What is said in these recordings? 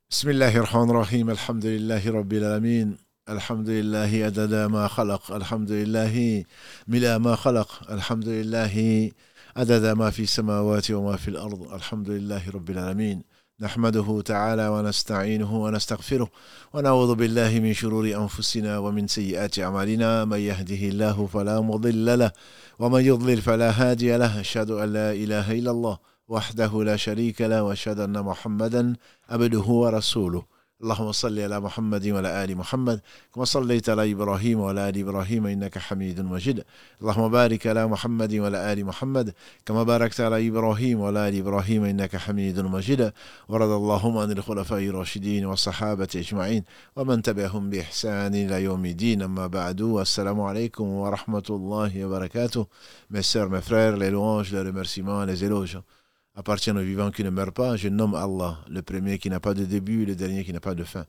بسم الله الرحمن الرحيم الحمد لله رب العالمين الحمد لله عدد ما خلق الحمد لله ملء ما خلق الحمد لله عدد ما في السماوات وما في الأرض الحمد لله رب العالمين نحمده تعالى ونستعينه ونستغفره ونعوذ بالله من شرور أنفسنا ومن سيئات أعمالنا من يهده الله فلا مضل له ومن يضلل فلا هادي له أشهد أن لا إله إلا الله وحده لا شريك له وأشهد أن محمدا عبده ورسوله اللهم صل على محمد وعلى آل محمد كما صليت على إبراهيم وعلى آل إبراهيم إنك حميد مجيد اللهم بارك على محمد وعلى آل محمد كما باركت على إبراهيم وعلى آل إبراهيم إنك حميد مجيد ورضى اللهم عن الخلفاء الراشدين والصحابة أجمعين ومن تبعهم بإحسان إلى يوم الدين أما بعد السلام عليكم ورحمة الله وبركاته. Mes sœurs, mes frères, les louanges, les remerciements, les éloges appartiennent aux vivants qui ne meurent pas. Je nomme Allah, le premier qui n'a pas de début, le dernier qui n'a pas de fin.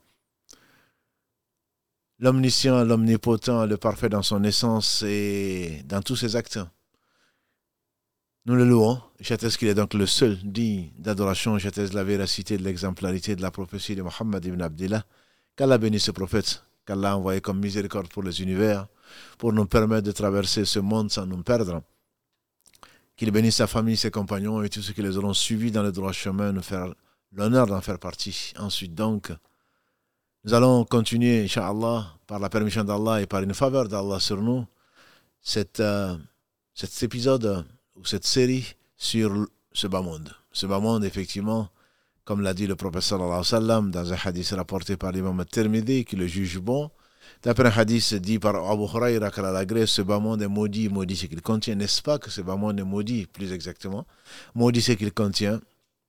L'omniscient, l'omnipotent, le parfait dans son essence et dans tous ses actes. Nous le louons. J'atteste qu'il est donc le seul digne d'adoration. J'atteste la véracité de l'exemplarité de la prophétie de Mohammed ibn Abdillah. Qu'Allah bénisse ce prophète, qu'Allah a envoyé comme miséricorde pour les univers, pour nous permettre de traverser ce monde sans nous perdre. Qu'il bénisse sa famille, ses compagnons et tous ceux qui les auront suivis dans le droit chemin, nous faire l'honneur d'en faire partie. Ensuite donc, nous allons continuer, Inch'Allah, par la permission d'Allah et par une faveur d'Allah sur nous, cet épisode ou cette série sur ce bas monde. Ce bas monde, effectivement, comme l'a dit le prophète sallallahu alayhi wa sallam dans un hadith rapporté par l'imam al-Tirmidhi, qui le juge bon. D'après un hadith dit par Abu Huraira qu'à la Grèce, ce bas monde est maudit. Maudit, c'est qu'il contient, n'est-ce pas que ce bas monde est maudit, plus exactement. Maudit, c'est qu'il contient,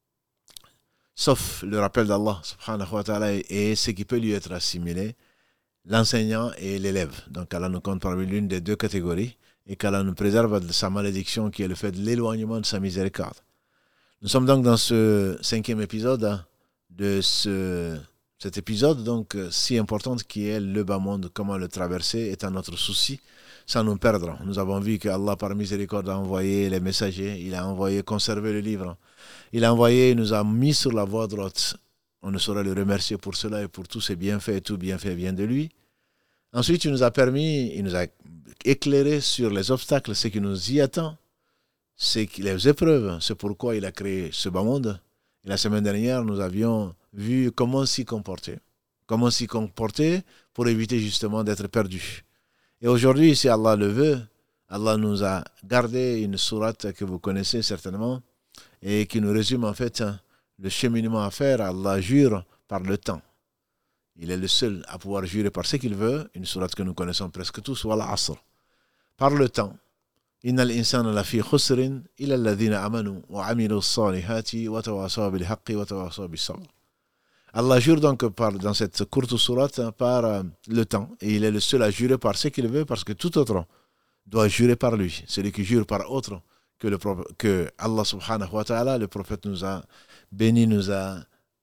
sauf le rappel d'Allah, subhanahu wa ta'ala, et ce qui peut lui être assimilé, l'enseignant et l'élève. Donc Allah nous compte parmi l'une des deux catégories, et qu'Allah nous préserve de sa malédiction, qui est le fait de l'éloignement de sa miséricorde. Nous sommes donc dans ce 5e épisode de cet épisode, donc, si important qui est le bas monde, comment le traverser, est un notre souci, sans nous perdre. Nous avons vu que Allah, par miséricorde, a envoyé les messagers, il a envoyé conserver le livre, il a envoyé, il nous a mis sur la voie droite. On ne saurait le remercier pour cela et pour tous ses bienfaits, et tout bienfait vient de lui. Ensuite, il nous a permis, il nous a éclairé sur les obstacles, ce qui nous y attend, c'est les épreuves, c'est pourquoi il a créé ce bas monde. Et la semaine dernière, nous avions vu comment s'y comporter. Comment s'y comporter pour éviter justement d'être perdu. Et aujourd'hui, si Allah le veut, Allah nous a gardé une sourate que vous connaissez certainement et qui nous résume en fait le cheminement à faire. Allah jure par le temps. Il est le seul à pouvoir jurer par ce qu'il veut. Une sourate que nous connaissons presque tous, wal asr. Par le temps. Innal insana lafi khusrin illa alladhina amanu wa amilu s-salihati wa tawasaw bil haqqi wa tawasaw bis sabr. Allah jure donc dans cette courte sourate par le temps, et il est le seul à jurer par ce qu'il veut, parce que tout autre doit jurer par lui. Celui qui jure par autre que Allah subhanahu wa ta'ala, le prophète nous a béni, nous a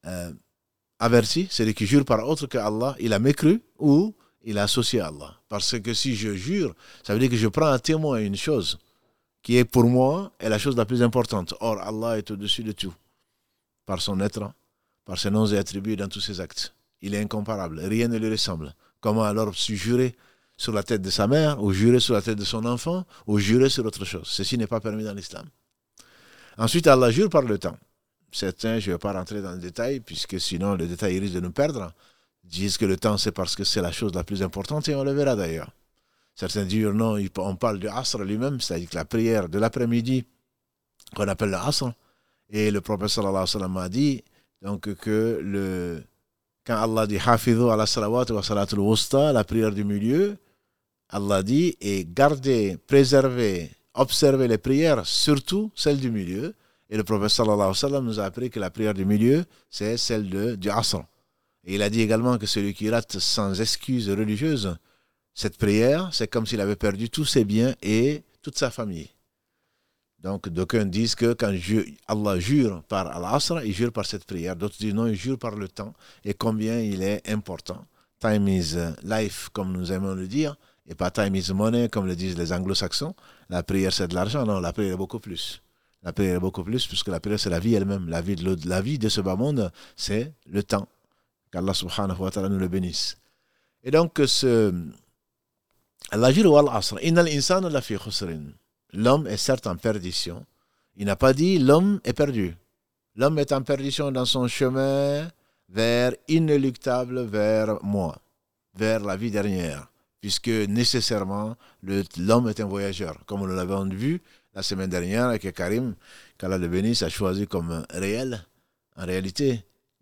averti, celui qui jure par autre que Allah, il a mécru ou il a associé à Allah. Parce que si je jure, ça veut dire que je prends à témoin une chose qui est pour moi est la chose la plus importante. Or, Allah est au-dessus de tout, par son être, par ses noms et attributs dans tous ses actes. Il est incomparable, rien ne lui ressemble. Comment alors se jurer sur la tête de sa mère, ou jurer sur la tête de son enfant, ou jurer sur autre chose? Ceci n'est pas permis dans l'islam. Ensuite, Allah jure par le temps. Certains, je ne vais pas rentrer dans le détail, puisque sinon le détail risque de nous perdre, disent que le temps c'est parce que c'est la chose la plus importante, et on le verra d'ailleurs. Certains disent non, on parle du Asr lui-même, c'est-à-dire que la prière de l'après-midi, qu'on appelle le Asr, et le prophète sallallahu alayhi wa sallam a dit donc que quand Allah dit Hafidhu ala salawat wa salatul wusta, la prière du milieu, Allah dit et gardez, préservez, observez les prières, surtout celle du milieu. Et le prophète sallallahu alayhi wa sallam nous a appris que la prière du milieu, c'est celle du Asr. Et il a dit également que celui qui rate sans excuse religieuse cette prière, c'est comme s'il avait perdu tous ses biens et toute sa famille. Donc, d'aucuns disent que quand Allah jure par Al-Asr, il jure par cette prière. D'autres disent non, il jure par le temps. Et combien il est important. Time is life, comme nous aimons le dire, et pas time is money, comme le disent les anglo-saxons. La prière, c'est de l'argent. Non, la prière est beaucoup plus. La prière est beaucoup plus, puisque la prière, c'est la vie elle-même. La vie de ce bas monde, c'est le temps. Qu'Allah subhanahu wa ta'ala nous le bénisse. Et donc, Allah dit wal asr, innal insana lafi khusrin. L'homme est certes en perdition. Il n'a pas dit l'homme est perdu. L'homme est en perdition dans son chemin vers inéluctable, vers moi, vers la vie dernière, puisque nécessairement l'homme est un voyageur. Comme nous l'avons vu la semaine dernière, avec Karim, qu'Allah le bénisse, a choisi comme réel, en réalité,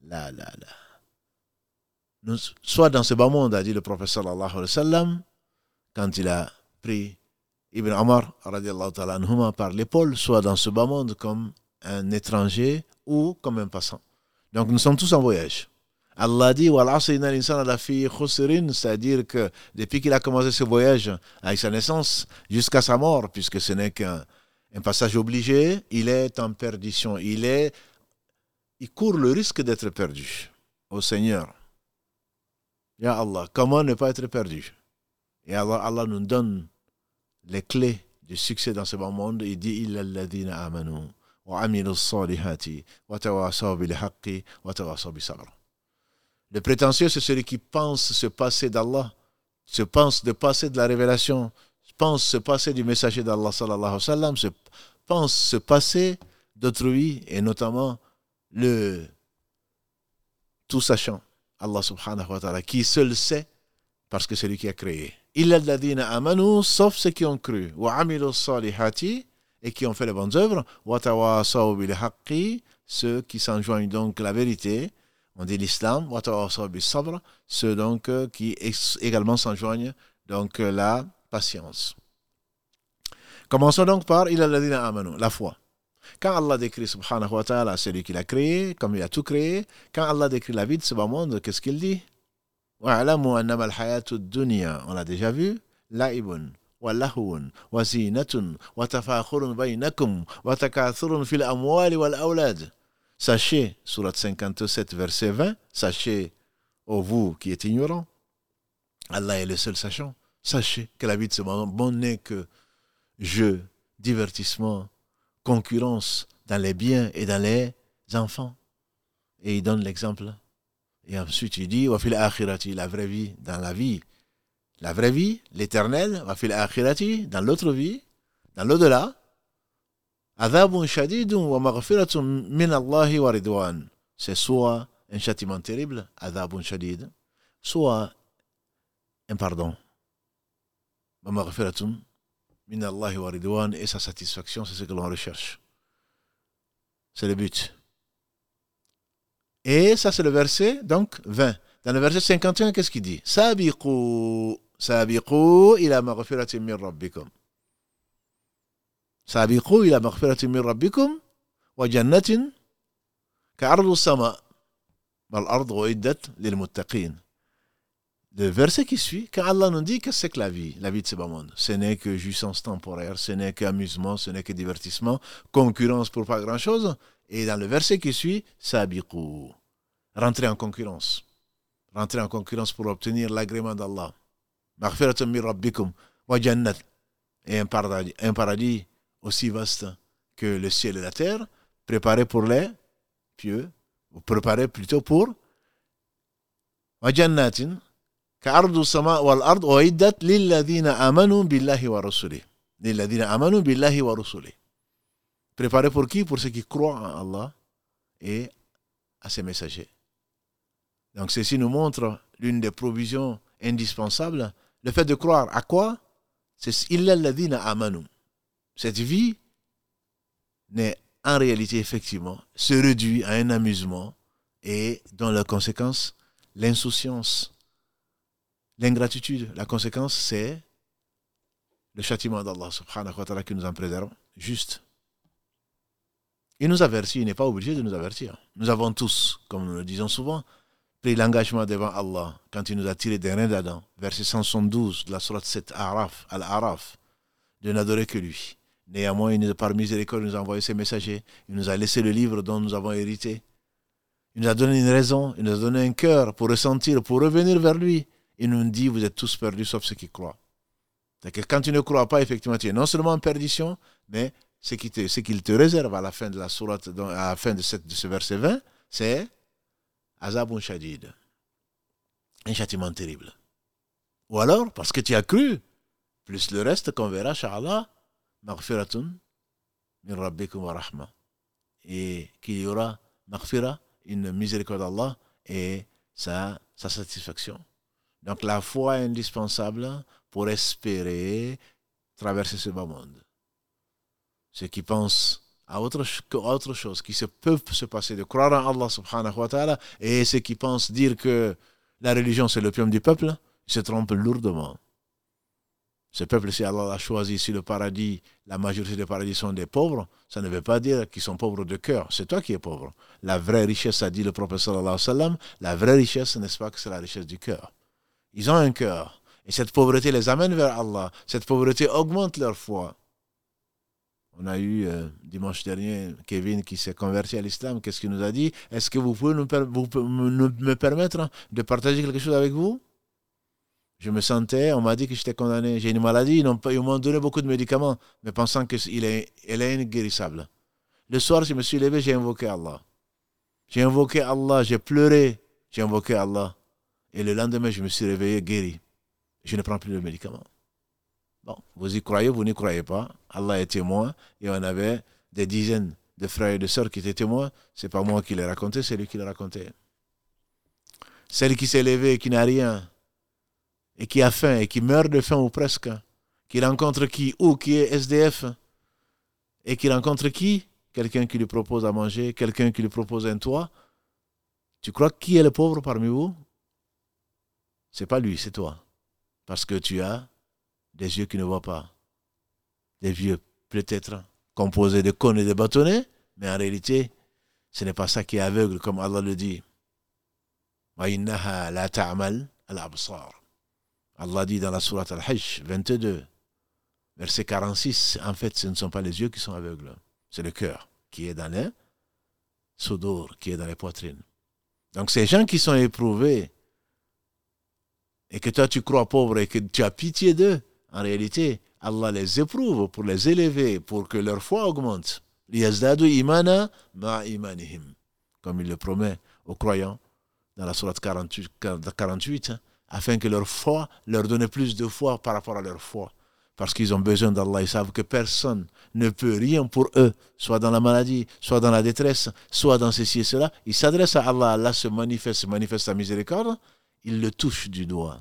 nous, soit dans ce bas monde, a dit le prophète sallallahu alayhi wa sallam, quand il a pris Ibn Omar radiallahu ta'ala anhuma par l'épaule, soit dans ce bas monde comme un étranger ou comme un passant. Donc nous sommes tous en voyage. Allah dit wal asr innal insana lafi khusrin, c'est-à-dire que depuis qu'il a commencé ce voyage avec sa naissance jusqu'à sa mort, puisque ce n'est qu'un passage obligé, il est en perdition, il court le risque d'être perdu. Ô Seigneur, Ya Allah, comment ne pas être perdu? Et Allah nous donne les clés du succès dans ce bon monde. Il dit illa alladhina amanu wa amilu s-salihati wa tawasaw bil haqqi wa tawasaw bis sabr. Le prétentieux, c'est celui qui pense se passer d'Allah, se pense de passer de la révélation, pense se passer du messager d'Allah sallallahu alayhi wa sallam, pense se passer d'autrui, et notamment le tout sachant, Allah subhanahu wa ta'ala, qui seul sait, parce que c'est lui qui a créé. Illa alladhina amanu, sauf ceux qui ont cru, wa amilu s-salihati, et qui ont fait les bonnes œuvres, wa tawasaw bil haqqi, ceux qui s'enjoignent donc la vérité, on dit l'islam, wa tawasaw bis sabr, ceux donc qui également s'enjoignent donc la patience. Commençons donc par illa alladhina amanu, la foi. Quand Allah décrit subhanahu wa ta'ala celui qui l'a créé, comme il a tout créé, quand Allah décrit la vie de ce bas monde, qu'est-ce qu'il dit? وَاعْلَمُوا أَنَّمَا الْحَيَاةُ الدُّنْيَا, on l'a déjà vu, لَعِبٌ وَلَهْوٌ وَزِينَةٌ وَتَفَاخُرٌ بَيْنَكُمْ وَتَكَاثُرٌ فِي الْأَمْوَالِ وَالْأَوْلَادِ. Sachez, sourate 57, verset 20, sachez, ô vous qui êtes ignorants, Allah est le seul sachant, sachez que la vie de ce monde n'est que jeu, divertissement, concurrence dans les biens et dans les enfants. Et il donne l'exemple. Et ensuite il dit wa fil akhirati, la vraie vie, dans la vie, la vraie vie, l'éternel, wa fil akhirati, dans l'autre vie, dans l'au-delà, adhabun shadidun wa maghfiratun min Allahi wa ridwan. C'est soit un châtiment terrible, adhabun shadid, soit un pardon, wa maghfiratun min Allahi wa ridwan, et sa satisfaction, c'est ce que l'on recherche. C'est le but. Et ça, c'est le verset, donc, 20. Dans le verset 51, qu'est-ce qu'il dit? Sabiqu ila maghfiratin min rabbikum. Sabiqu ila maghfiratin min rabbikum wa jannatin ka'ardu as-sama' wal ardu uiddat lil muttaqin. Le verset qui suit, quand Allah nous dit que c'est que la vie de ce bas monde, ce n'est que jouissance temporaire, ce n'est qu'amusement, ce n'est que divertissement, concurrence pour pas grand-chose. Et dans le verset qui suit, sabiqu, rentrer en concurrence pour obtenir l'agrément d'Allah. Maghfiratun min rabbikum wa jannat, et un paradis aussi vaste que le ciel et la terre, préparé pour les pieux, ou préparé plutôt pour wa jannatin ka'ardu as-sama' wal ard uiddat lil ladina amanu billahi wa rusulihi. Lil ladina amanu billahi wa rusulihi. Préparé pour qui? Pour ceux qui croient en Allah et à ses messagers. Donc ceci nous montre l'une des provisions indispensables. Le fait de croire à quoi? C'est illa alladhina amanu. Cette vie n'est en réalité effectivement se réduit à un amusement et dont la conséquence, l'insouciance, l'ingratitude. La conséquence, c'est le châtiment d'Allah subhanahu wa ta'ala, qui nous en préserve. Juste. Il nous avertit, il n'est pas obligé de nous avertir. Nous avons tous, comme nous le disons souvent, pris l'engagement devant Allah quand il nous a tiré des reins d'Adam, verset 172 de la sourate 7 Al-Araf, de n'adorer que lui. Néanmoins, il nous a par miséricorde, il nous a envoyé ses messagers, il nous a laissé le livre dont nous avons hérité. Il nous a donné une raison, il nous a donné un cœur pour ressentir, pour revenir vers lui. Il nous dit, vous êtes tous perdus sauf ceux qui croient. C'est-à-dire que quand tu ne crois pas, effectivement, tu es non seulement en perdition, mais ce qu'il te réserve à la fin de la sourate, à la fin de ce verset 20, c'est Azabun Shadid. un châtiment terrible. Ou alors, parce que tu as cru, plus le reste qu'on verra, Inch'Allah, maghfiratun min rabbikum wa rahma. Et qu'il y aura maghfira, une miséricorde d'Allah et sa satisfaction. Donc la foi est indispensable pour espérer traverser ce bas monde. Ceux qui pensent à autre chose qui peuvent se passer de croire en Allah subhanahu wa ta'ala et ceux qui pensent dire que la religion c'est l'opium du peuple, ils se trompent lourdement. Ce peuple, si Allah l'a choisi, si le paradis, la majorité des paradis sont des pauvres, ça ne veut pas dire qu'ils sont pauvres de cœur. C'est toi qui es pauvre. La vraie richesse, a dit le prophète sallallahu alayhi wa sallam, la vraie richesse, n'est-ce pas que c'est la richesse du cœur. Ils ont un cœur. Et cette pauvreté les amène vers Allah. Cette pauvreté augmente leur foi. On a eu dimanche dernier Kevin qui s'est converti à l'islam. Qu'est-ce qu'il nous a dit? Est-ce que vous pouvez me permettre de partager quelque chose avec vous? Je me sentais, on m'a dit que j'étais condamné. J'ai une maladie, ils m'ont donné beaucoup de médicaments, mais pensant qu'elle est inguérissable. Le soir, je me suis levé, j'ai invoqué Allah. J'ai invoqué Allah, j'ai pleuré, j'ai invoqué Allah. Et le lendemain, je me suis réveillé guéri. Je ne prends plus de médicaments. Bon, vous y croyez, vous n'y croyez pas. Allah est témoin. Et on avait des dizaines de frères et de sœurs qui étaient témoins. Ce n'est pas moi qui l'ai raconté, c'est lui qui l'a raconté. Celle qui s'est levée et qui n'a rien, et qui a faim, et qui meurt de faim ou presque, qui rencontre qui? Ou qui est SDF, et qui rencontre qui? Quelqu'un qui lui propose à manger, quelqu'un qui lui propose un toit. Tu crois qui est le pauvre parmi vous? C'est pas lui, c'est toi. Parce que tu as des yeux qui ne voient pas. Des yeux peut-être composés de cônes et de bâtonnets, mais en réalité, ce n'est pas ça qui est aveugle, comme Allah le dit. وَإِنَّهَا لَا تَعْمَلْ الْأَبْصَارِ. Allah dit dans la sourate Al-Hajj 22, verset 46, en fait, ce ne sont pas les yeux qui sont aveugles, c'est le cœur qui est dans les sudur, qui est dans les poitrines. Donc ces gens qui sont éprouvés et que toi tu crois pauvres et que tu as pitié d'eux, en réalité, Allah les éprouve pour les élever, pour que leur foi augmente. لِيَزْدَادُوا إِيمَانًا مَعَ إِيمَانِهِمْ, comme il le promet aux croyants dans la sourate 48, afin que leur foi leur donne plus de foi par rapport à leur foi. Parce qu'ils ont besoin d'Allah, ils savent que personne ne peut rien pour eux, soit dans la maladie, soit dans la détresse, soit dans ceci et cela. Ils s'adressent à Allah, Allah se manifeste sa miséricorde, il le touche du doigt.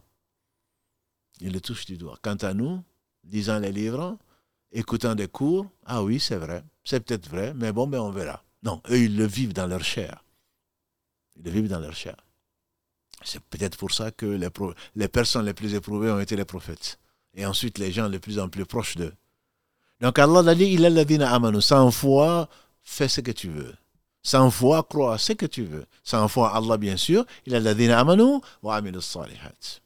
Il le touche du doigt. Quant à nous, lisant les livres, écoutant des cours, ah oui, c'est vrai, c'est peut-être vrai, mais bon, on verra. Non, eux, ils le vivent dans leur chair. Ils le vivent dans leur chair. C'est peut-être pour ça que les personnes les plus éprouvées ont été les prophètes. Et ensuite, les gens les plus en plus proches d'eux. Donc Allah a dit, il a ladina amanu. Sans foi, fais ce que tu veux. Sans foi, crois ce que tu veux. Sans foi, Allah, bien sûr, il a ladina amanu wa amilu salihat.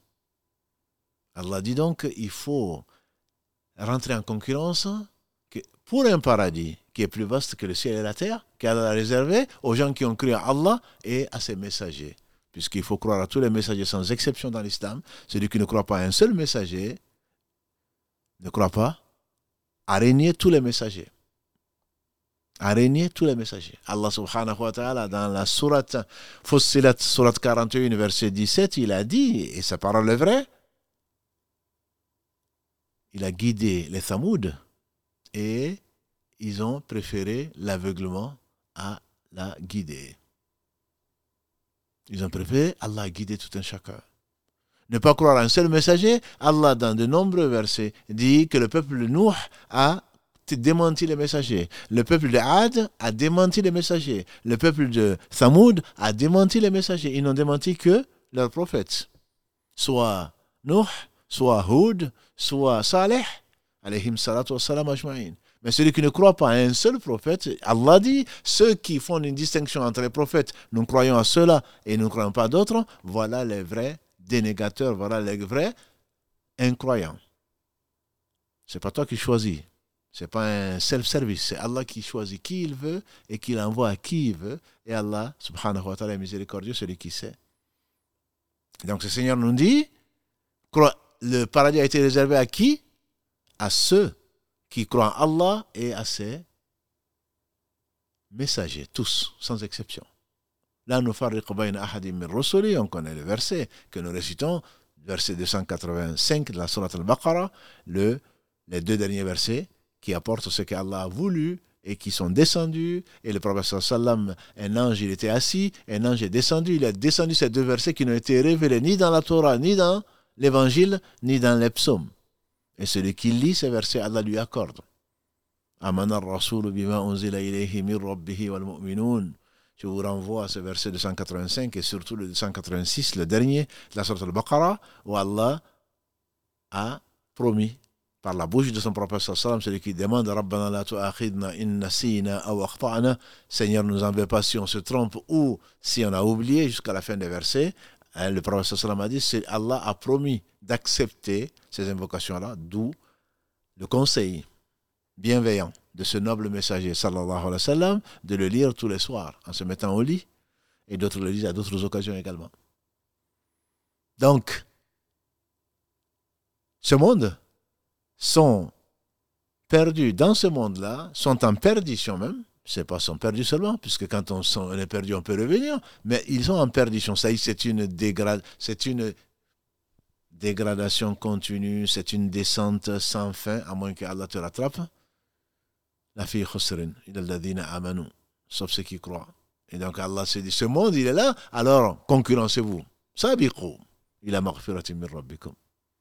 Allah dit donc qu'il faut rentrer en concurrence pour un paradis qui est plus vaste que le ciel et la terre, qu'Allah a réservé aux gens qui ont cru à Allah et à ses messagers. Puisqu'il faut croire à tous les messagers sans exception dans l'islam. Celui qui ne croit pas à un seul messager ne croit pas à régner tous les messagers. À régner tous les messagers. Allah subhanahu wa ta'ala dans la sourate Fussilat, sourate 41, verset 17, il a dit, et sa parole est vraie, il a guidé les Thamoud et ils ont préféré l'aveuglement à la guider. Ils ont préféré Allah a guidé tout un chacun. Ne pas croire à un seul messager, Allah dans de nombreux versets dit que le peuple de Nuh a démenti les messagers. Le peuple de Ad a démenti les messagers. Le peuple de Thamoud a démenti les messagers. Ils n'ont démenti que leurs prophètes. Soit Nuh, soit Hud, soit Saleh, alayhim salatu wassalam ajma'in. Mais celui qui ne croit pas à un seul prophète, Allah dit, ceux qui font une distinction entre les prophètes, nous croyons à ceux-là et nous ne croyons pas à d'autres, voilà les vrais dénégateurs, voilà les vrais incroyants. C'est pas toi qui choisis. C'est pas un self-service. C'est Allah qui choisit qui il veut et qui l'envoie à qui il veut. Et Allah, subhanahu wa ta'ala, est miséricordieux, celui qui sait. Donc, ce Seigneur nous dit, le paradis a été réservé à qui? À ceux qui croient en Allah et à ses messagers, tous, sans exception. La nufarriqu bayna ahadin min rusuli, on connaît le verset que nous récitons, verset 285 de la sourate al-Baqarah, les deux derniers versets qui apportent ce qu'Allah a voulu et qui sont descendus. Et le prophète sallam, un ange, il était assis, un ange est descendu, il a descendu ces deux versets qui n'ont été révélés ni dans la Torah, ni dans l'évangile, ni dans les psaumes. Et celui qui lit ces versets, Allah lui accorde. Amana ar-rasoul bima unzila ilayhi min rabbihi wal mu'minun. Je vous renvoie à ce verset 285 et surtout le 286, le dernier de la sourate al-Baqarah, où Allah a promis par la bouche de son prophète sallam, celui qui demande Rabbana la tu'akhidna in nasina aw akhta'na, Seigneur, nous en veux pas si on se trompe ou si on a oublié, jusqu'à la fin des versets. Le prophète sallam a dit, Allah a promis d'accepter ces invocations-là, d'où le conseil bienveillant de ce noble messager sallallahu alayhi wa sallam, de le lire tous les soirs en se mettant au lit, et d'autres le lisent à d'autres occasions également. Donc, ce monde sont perdus dans ce monde-là, sont en perdition même, c'est pas sont perdus seulement, puisque quand on est perdu, on peut revenir, mais ils sont en perdition. Ça y est, c'est une dégradation continue, c'est une descente sans fin, à moins qu'Allah te rattrape. La fille khusrin, illa alladhina amanu, sauf ceux qui croient. Et donc Allah s'est dit, ce monde, il est là, alors concurrencez-vous. Sabiqu ila maghfiratin min rabbikum.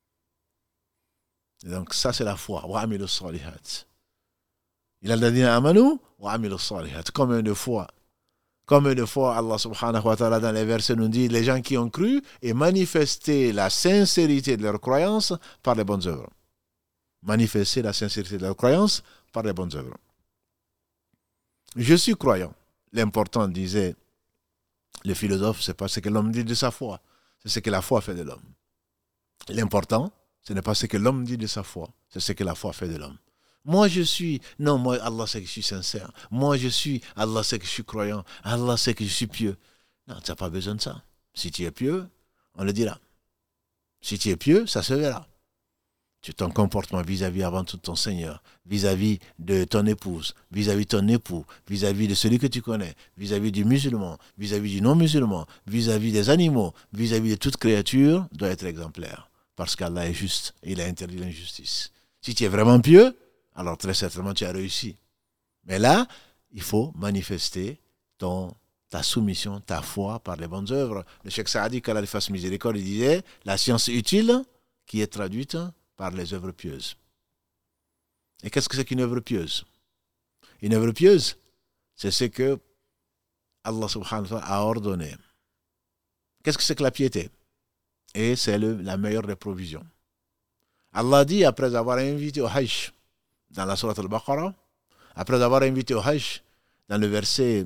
Et donc ça c'est la foi. Wa amilu salihat. Illa alladhina amanu wa amilu salihat. Combien de fois Allah subhanahu wa ta'ala dans les versets nous dit, les gens qui ont cru et manifesté la sincérité de leur croyance par les bonnes œuvres. Manifester la sincérité de leur croyance par les bonnes œuvres. Je suis croyant. L'important, disait le philosophe, c'est pas ce que l'homme dit de sa foi, c'est ce que la foi fait de l'homme. L'important, ce n'est pas ce que l'homme dit de sa foi, c'est ce que la foi fait de l'homme. Moi, Allah sait que je suis sincère. Allah sait que je suis croyant. Allah sait que je suis pieux. Non, tu n'as pas besoin de ça. Si tu es pieux, on le dira. Si tu es pieux, ça se verra. Ton comportement vis-à-vis avant tout ton Seigneur, vis-à-vis de ton épouse, vis-à-vis de ton époux, vis-à-vis de celui que tu connais, vis-à-vis du musulman, vis-à-vis du non-musulman, vis-à-vis des animaux, vis-à-vis de toute créature, doit être exemplaire. Parce qu'Allah est juste et il a interdit l'injustice. Si tu es vraiment pieux, alors très certainement tu as réussi. Mais là, il faut manifester ta soumission, ta foi par les bonnes œuvres. Le Cheikh Saadi, qu'Allah lui fasse miséricorde, il disait, la science utile qui est traduite par les œuvres pieuses. Et qu'est-ce que c'est qu'une œuvre pieuse? Une œuvre pieuse, c'est ce que Allah subhanahu wa ta'ala a ordonné. Qu'est-ce que c'est que la piété? Et c'est la meilleure des provisions. Allah dit, après avoir invité au Hajj, dans la sourate al-Baqarah, après avoir invité au Hajj, dans le verset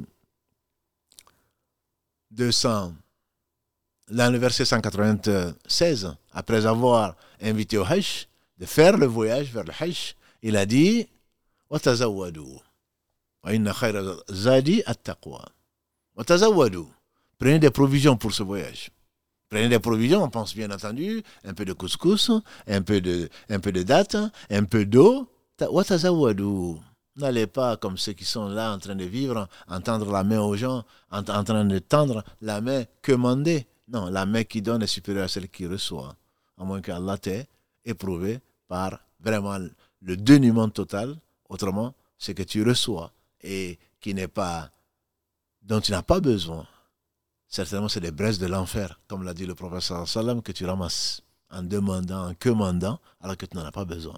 196, après avoir invité au Hajj, de faire le voyage vers le Hajj, il a dit وَتَزَوَّدُوا وَإِنَّ خَيْرَ الزَّادِ التَّقْوَى. وَتَزَوَّدُوا. Prenez des provisions pour ce voyage. Prenez des provisions, on pense bien entendu, un peu de couscous, un peu de dattes, un peu d'eau. وَتَزَوَّدُوا. N'allez pas comme ceux qui sont là en train de vivre, en tendre la main aux gens, en train de tendre la main que demander. Non, la main qui donne est supérieure à celle qui reçoit. À moins qu'Allah t'ait éprouvé par vraiment le dénuement total. Autrement, ce que tu reçois et dont tu n'as pas besoin. Certainement, c'est des braises de l'enfer, comme l'a dit le prophète sallallahu alayhi wa sallam, que tu ramasses en demandant, en commandant, alors que tu n'en as pas besoin.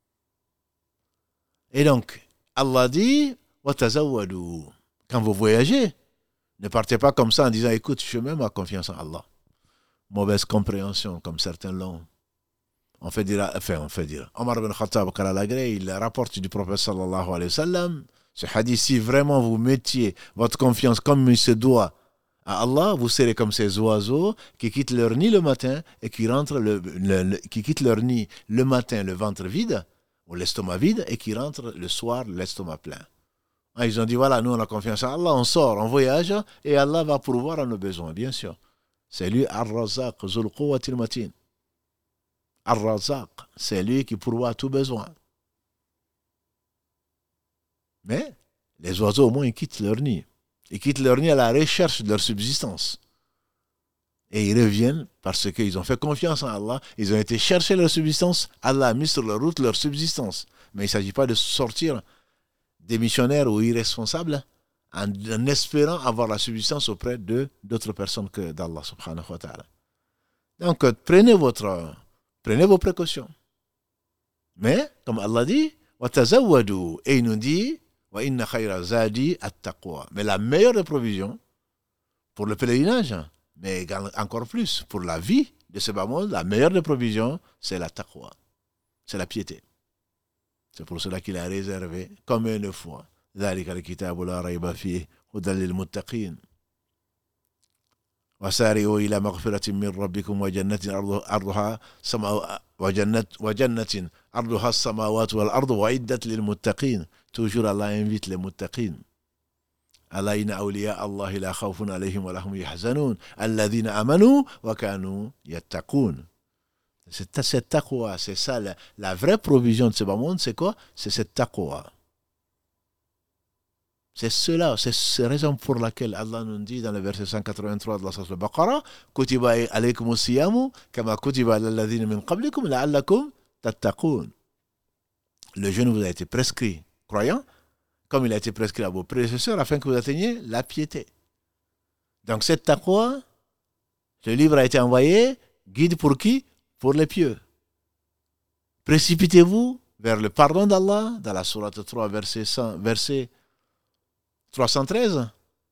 Et donc, Allah dit, وَتَزَوَّدُوا. Quand vous voyagez, ne partez pas comme ça en disant, écoute, je mets ma confiance en Allah. Mauvaise compréhension, comme certains l'ont. On fait dire. Omar ibn Khattab, il rapporte du prophète sallallahu alayhi wa sallam, ce hadith, si vraiment vous mettiez votre confiance comme il se doit à Allah, vous serez comme ces oiseaux qui quittent leur nid le matin et qui quittent leur nid le matin, le ventre vide, ou l'estomac vide, et qui rentrent le soir, l'estomac plein. Ils ont dit, voilà, nous on a confiance en Allah, on sort, on voyage, et Allah va pourvoir à nos besoins, bien sûr. C'est lui, Ar-Razaq, Zul Quwwatil Matin. Ar-Razaq, c'est lui qui pourvoit à tout besoin. Mais les oiseaux, au moins, ils quittent leur nid. Ils quittent leur nid à la recherche de leur subsistance. Et ils reviennent parce qu'ils ont fait confiance en Allah. Ils ont été chercher leur subsistance. Allah a mis sur leur route leur subsistance. Mais il ne s'agit pas de sortir des missionnaires ou irresponsables en espérant avoir la subsistance auprès de d'autres personnes que d'Allah subhanahu wa ta'ala. Donc, prenez vos précautions. Mais, comme Allah dit, وَتَزَوَّدُوا, et il nous dit, وَإِنَّ خَيْرَ زَادِ التَّقْوَى. Mais la meilleure des provisions pour le pèlerinage, mais encore plus pour la vie de ce bas monde, la meilleure des provisions, c'est la taqwa. C'est la piété. C'est pour cela qu'il a réservé combien de fois ذلك الكتاب لا ريب فيه هدى للمتقين وسارعوا إلى مغفرة من ربكم وجنة أرضها وجنة أرضها السماوات والأرض وعدت للمتقين. Toujours Allah invite les muttaqin. ألا إن أولياء الله لا خوف عليهم ولا هم يحزنون الذين آمنوا وكانوا يتقون. C'est cette taqwa, c'est ça la vraie provision de ce bas monde, c'est quoi? C'est cette taqwa. C'est cela, c'est la raison pour laquelle Allah nous dit dans le verset 183 de la sourate Al-Baqarah, Kutiba alaykum as-siyamu kama kutiba ala alladhina min qablikum la'allakum tattaqun. Le jeûne vous a été prescrit, croyants, comme il a été prescrit à vos prédécesseurs, afin que vous atteigniez la piété. Donc cette taqwa, le livre a été envoyé, guide pour qui? Pour les pieux. Précipitez-vous vers le pardon d'Allah, dans la sourate 3, verset 313.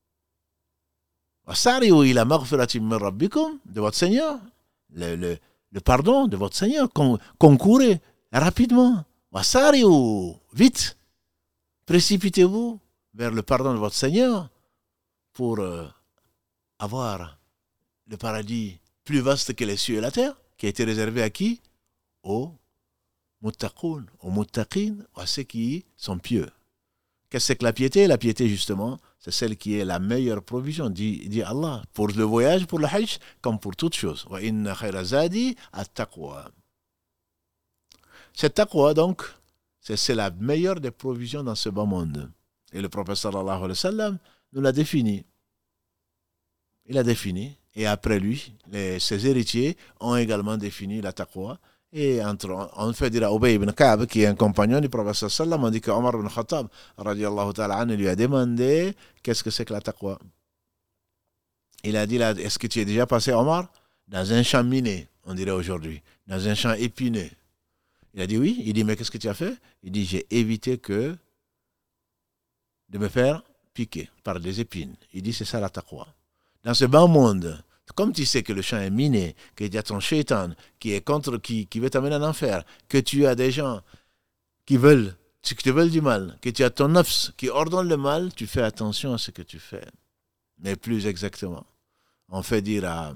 De votre Seigneur, le pardon de votre Seigneur, concourez rapidement. Vite, précipitez-vous vers le pardon de votre Seigneur pour avoir le paradis plus vaste que les cieux et la terre, qui a été réservé à qui? Aux muttaqoun, aux muttaqin, à ceux qui sont pieux. Qu'est-ce que c'est que la piété? La piété, justement, c'est celle qui est la meilleure provision, dit Allah, pour le voyage, pour le hajj, comme pour toute chose. Wa inna khayra zadi at-taqwa. Cette taqwa, donc, c'est la meilleure des provisions dans ce bas monde. Et le prophète sallallahu alayhi wa sallam nous l'a défini. Il a défini, et après lui, ses héritiers ont également défini la taqwa. Et on fait dire à Ubay ibn Ka'b, qui est un compagnon du prophète sallallahu alayhi wa sallam, on dit que Omar ibn Khattab, radiallahu ta'ala anhu, lui a demandé qu'est-ce que c'est que la taqwa. Il a dit, là, est-ce que tu es déjà passé, Omar, dans un champ miné, on dirait aujourd'hui, dans un champ épineux? Il a dit oui. Il dit, mais qu'est-ce que tu as fait? Il dit, j'ai évité de me faire piquer par des épines. Il dit, c'est ça la taqwa. Dans ce bas monde, comme tu sais que le champ est miné, qu'il y a ton shaitan qui est contre, qui veut t'amener en enfer, que tu as des gens qui te veulent du mal, que tu as ton nafs qui ordonne le mal, tu fais attention à ce que tu fais. Mais plus exactement, on fait dire à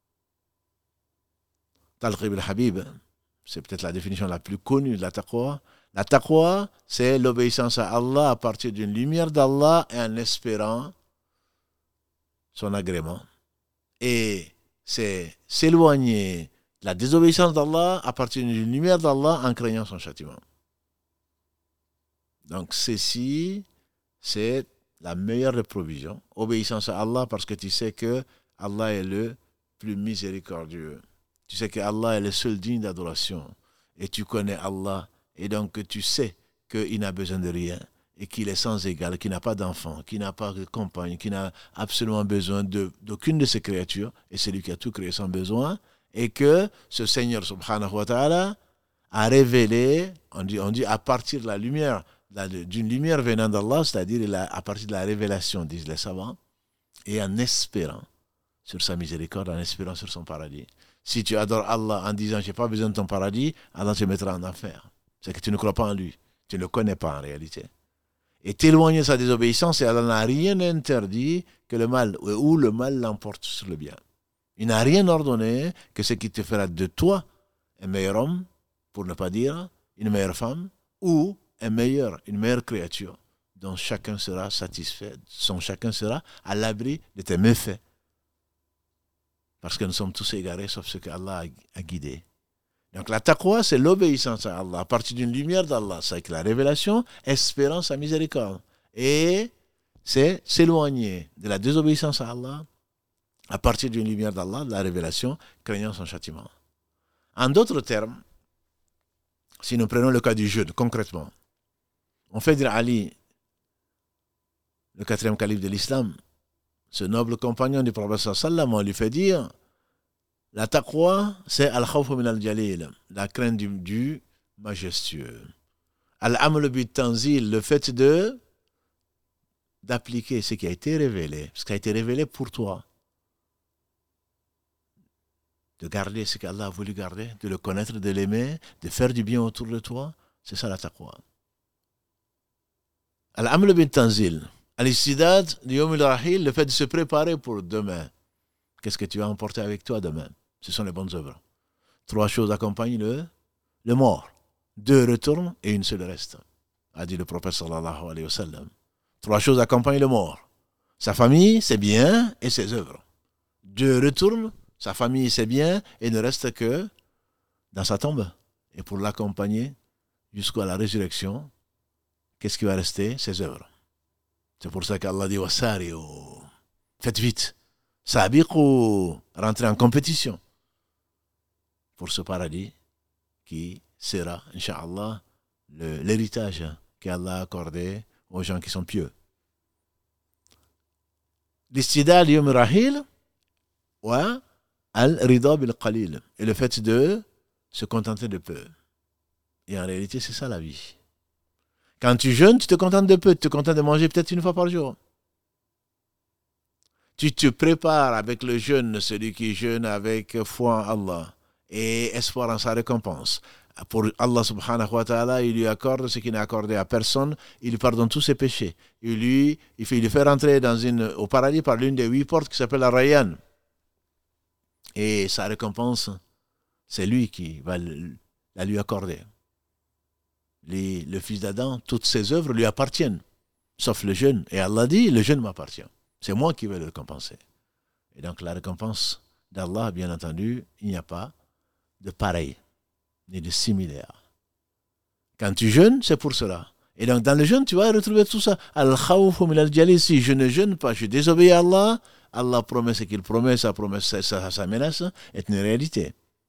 Talq ibn Habib, c'est peut-être la définition la plus connue de la taqwa. La taqwa, c'est l'obéissance à Allah à partir d'une lumière d'Allah et en espérant son agrément. Et c'est s'éloigner de la désobéissance d'Allah à partir d'une lumière d'Allah en craignant son châtiment. Donc ceci, c'est la meilleure des provisions. Obéissance à Allah parce que tu sais que Allah est le plus miséricordieux. Tu sais que Allah est le seul digne d'adoration. Et tu connais Allah. Et donc tu sais qu'il n'a besoin de rien. Et qu'il est sans égal, qu'il n'a pas d'enfant, qu'il n'a pas de compagne, qu'il n'a absolument besoin d'aucune de ses créatures, et c'est lui qui a tout créé sans besoin, et que ce Seigneur subhanahu wa ta'ala a révélé, on dit à partir de la lumière, d'une lumière venant d'Allah, c'est-à-dire à partir de la révélation, disent les savants, et en espérant sur sa miséricorde, en espérant sur son paradis. Si tu adores Allah en disant « j'ai pas besoin de ton paradis », Allah te mettra en enfer. C'est que tu ne crois pas en lui, tu ne le connais pas en réalité. Et t'éloigner de sa désobéissance, et Allah n'a rien interdit que le mal, ou le mal l'emporte sur le bien. Il n'a rien ordonné que ce qui te fera de toi un meilleur homme, pour ne pas dire une meilleure femme, ou une meilleure créature, dont chacun sera satisfait, chacun sera à l'abri de tes méfaits. Parce que nous sommes tous égarés, sauf ce qu'Allah a guidé. Donc la taqwa, c'est l'obéissance à Allah, à partir d'une lumière d'Allah, c'est avec la révélation, espérant sa miséricorde. Et c'est s'éloigner de la désobéissance à Allah à partir d'une lumière d'Allah, de la révélation, craignant son châtiment. En d'autres termes, si nous prenons le cas du jeûne, concrètement, on fait dire Ali, le 4e calife de l'islam, ce noble compagnon du prophète sallam, on lui fait dire, la taqwa, c'est al-khawf min al-jalil, la crainte du majestueux. Al-amal bit tanzil, le fait d'appliquer ce qui a été révélé, ce qui a été révélé pour toi. De garder ce qu'Allah a voulu garder, de le connaître, de l'aimer, de faire du bien autour de toi, c'est ça la taqwa. Al-amal bit tanzil, al-istidad, le fait de se préparer pour demain. Qu'est-ce que tu vas emporter avec toi demain? Ce sont les bonnes œuvres. 3 choses accompagnent le mort. 2 retournent et une seule reste, a dit le prophète sallallahu alayhi wa sallam. 3 choses accompagnent le mort. Sa famille, ses biens et ses œuvres. 2 retournent, sa famille, ses biens et ne reste que dans sa tombe. Et pour l'accompagner jusqu'à la résurrection, qu'est-ce qui va rester? Ses œuvres. C'est pour ça qu'Allah dit wasari'u. Faites vite. Sabiqu. Rentrez en compétition pour ce paradis qui sera, Inch'Allah, l'héritage qu'Allah a accordé aux gens qui sont pieux. L'istidal yom rahil wa al-rida bil qalil. Et le fait de se contenter de peu. Et en réalité, c'est ça la vie. Quand tu jeûnes, tu te contentes de peu. Tu te contentes de manger peut-être une fois par jour. Tu te prépares avec le jeûne, celui qui jeûne avec foi en Allah et espoir en sa récompense. Pour Allah subhanahu wa ta'ala, il lui accorde ce qu'il n'a accordé à personne, il lui pardonne tous ses péchés. Il lui fait rentrer au paradis par l'une des 8 portes qui s'appelle la Rayyan. Et sa récompense, c'est lui qui va la lui accorder. Le fils d'Adam, toutes ses œuvres lui appartiennent, sauf le jeûne. Et Allah dit, le jeûne m'appartient. C'est moi qui vais le récompenser. Et donc la récompense d'Allah, bien entendu, il n'y a pas de pareil, ni de similaire. Quand tu jeûnes, c'est pour cela. Et donc dans le jeûne, tu vas retrouver tout ça. Al-khawfu min al-jalil, si je ne jeûne pas, je désobéis à Allah, Allah promet ce qu'il promet, sa promesse, sa menace est une réalité.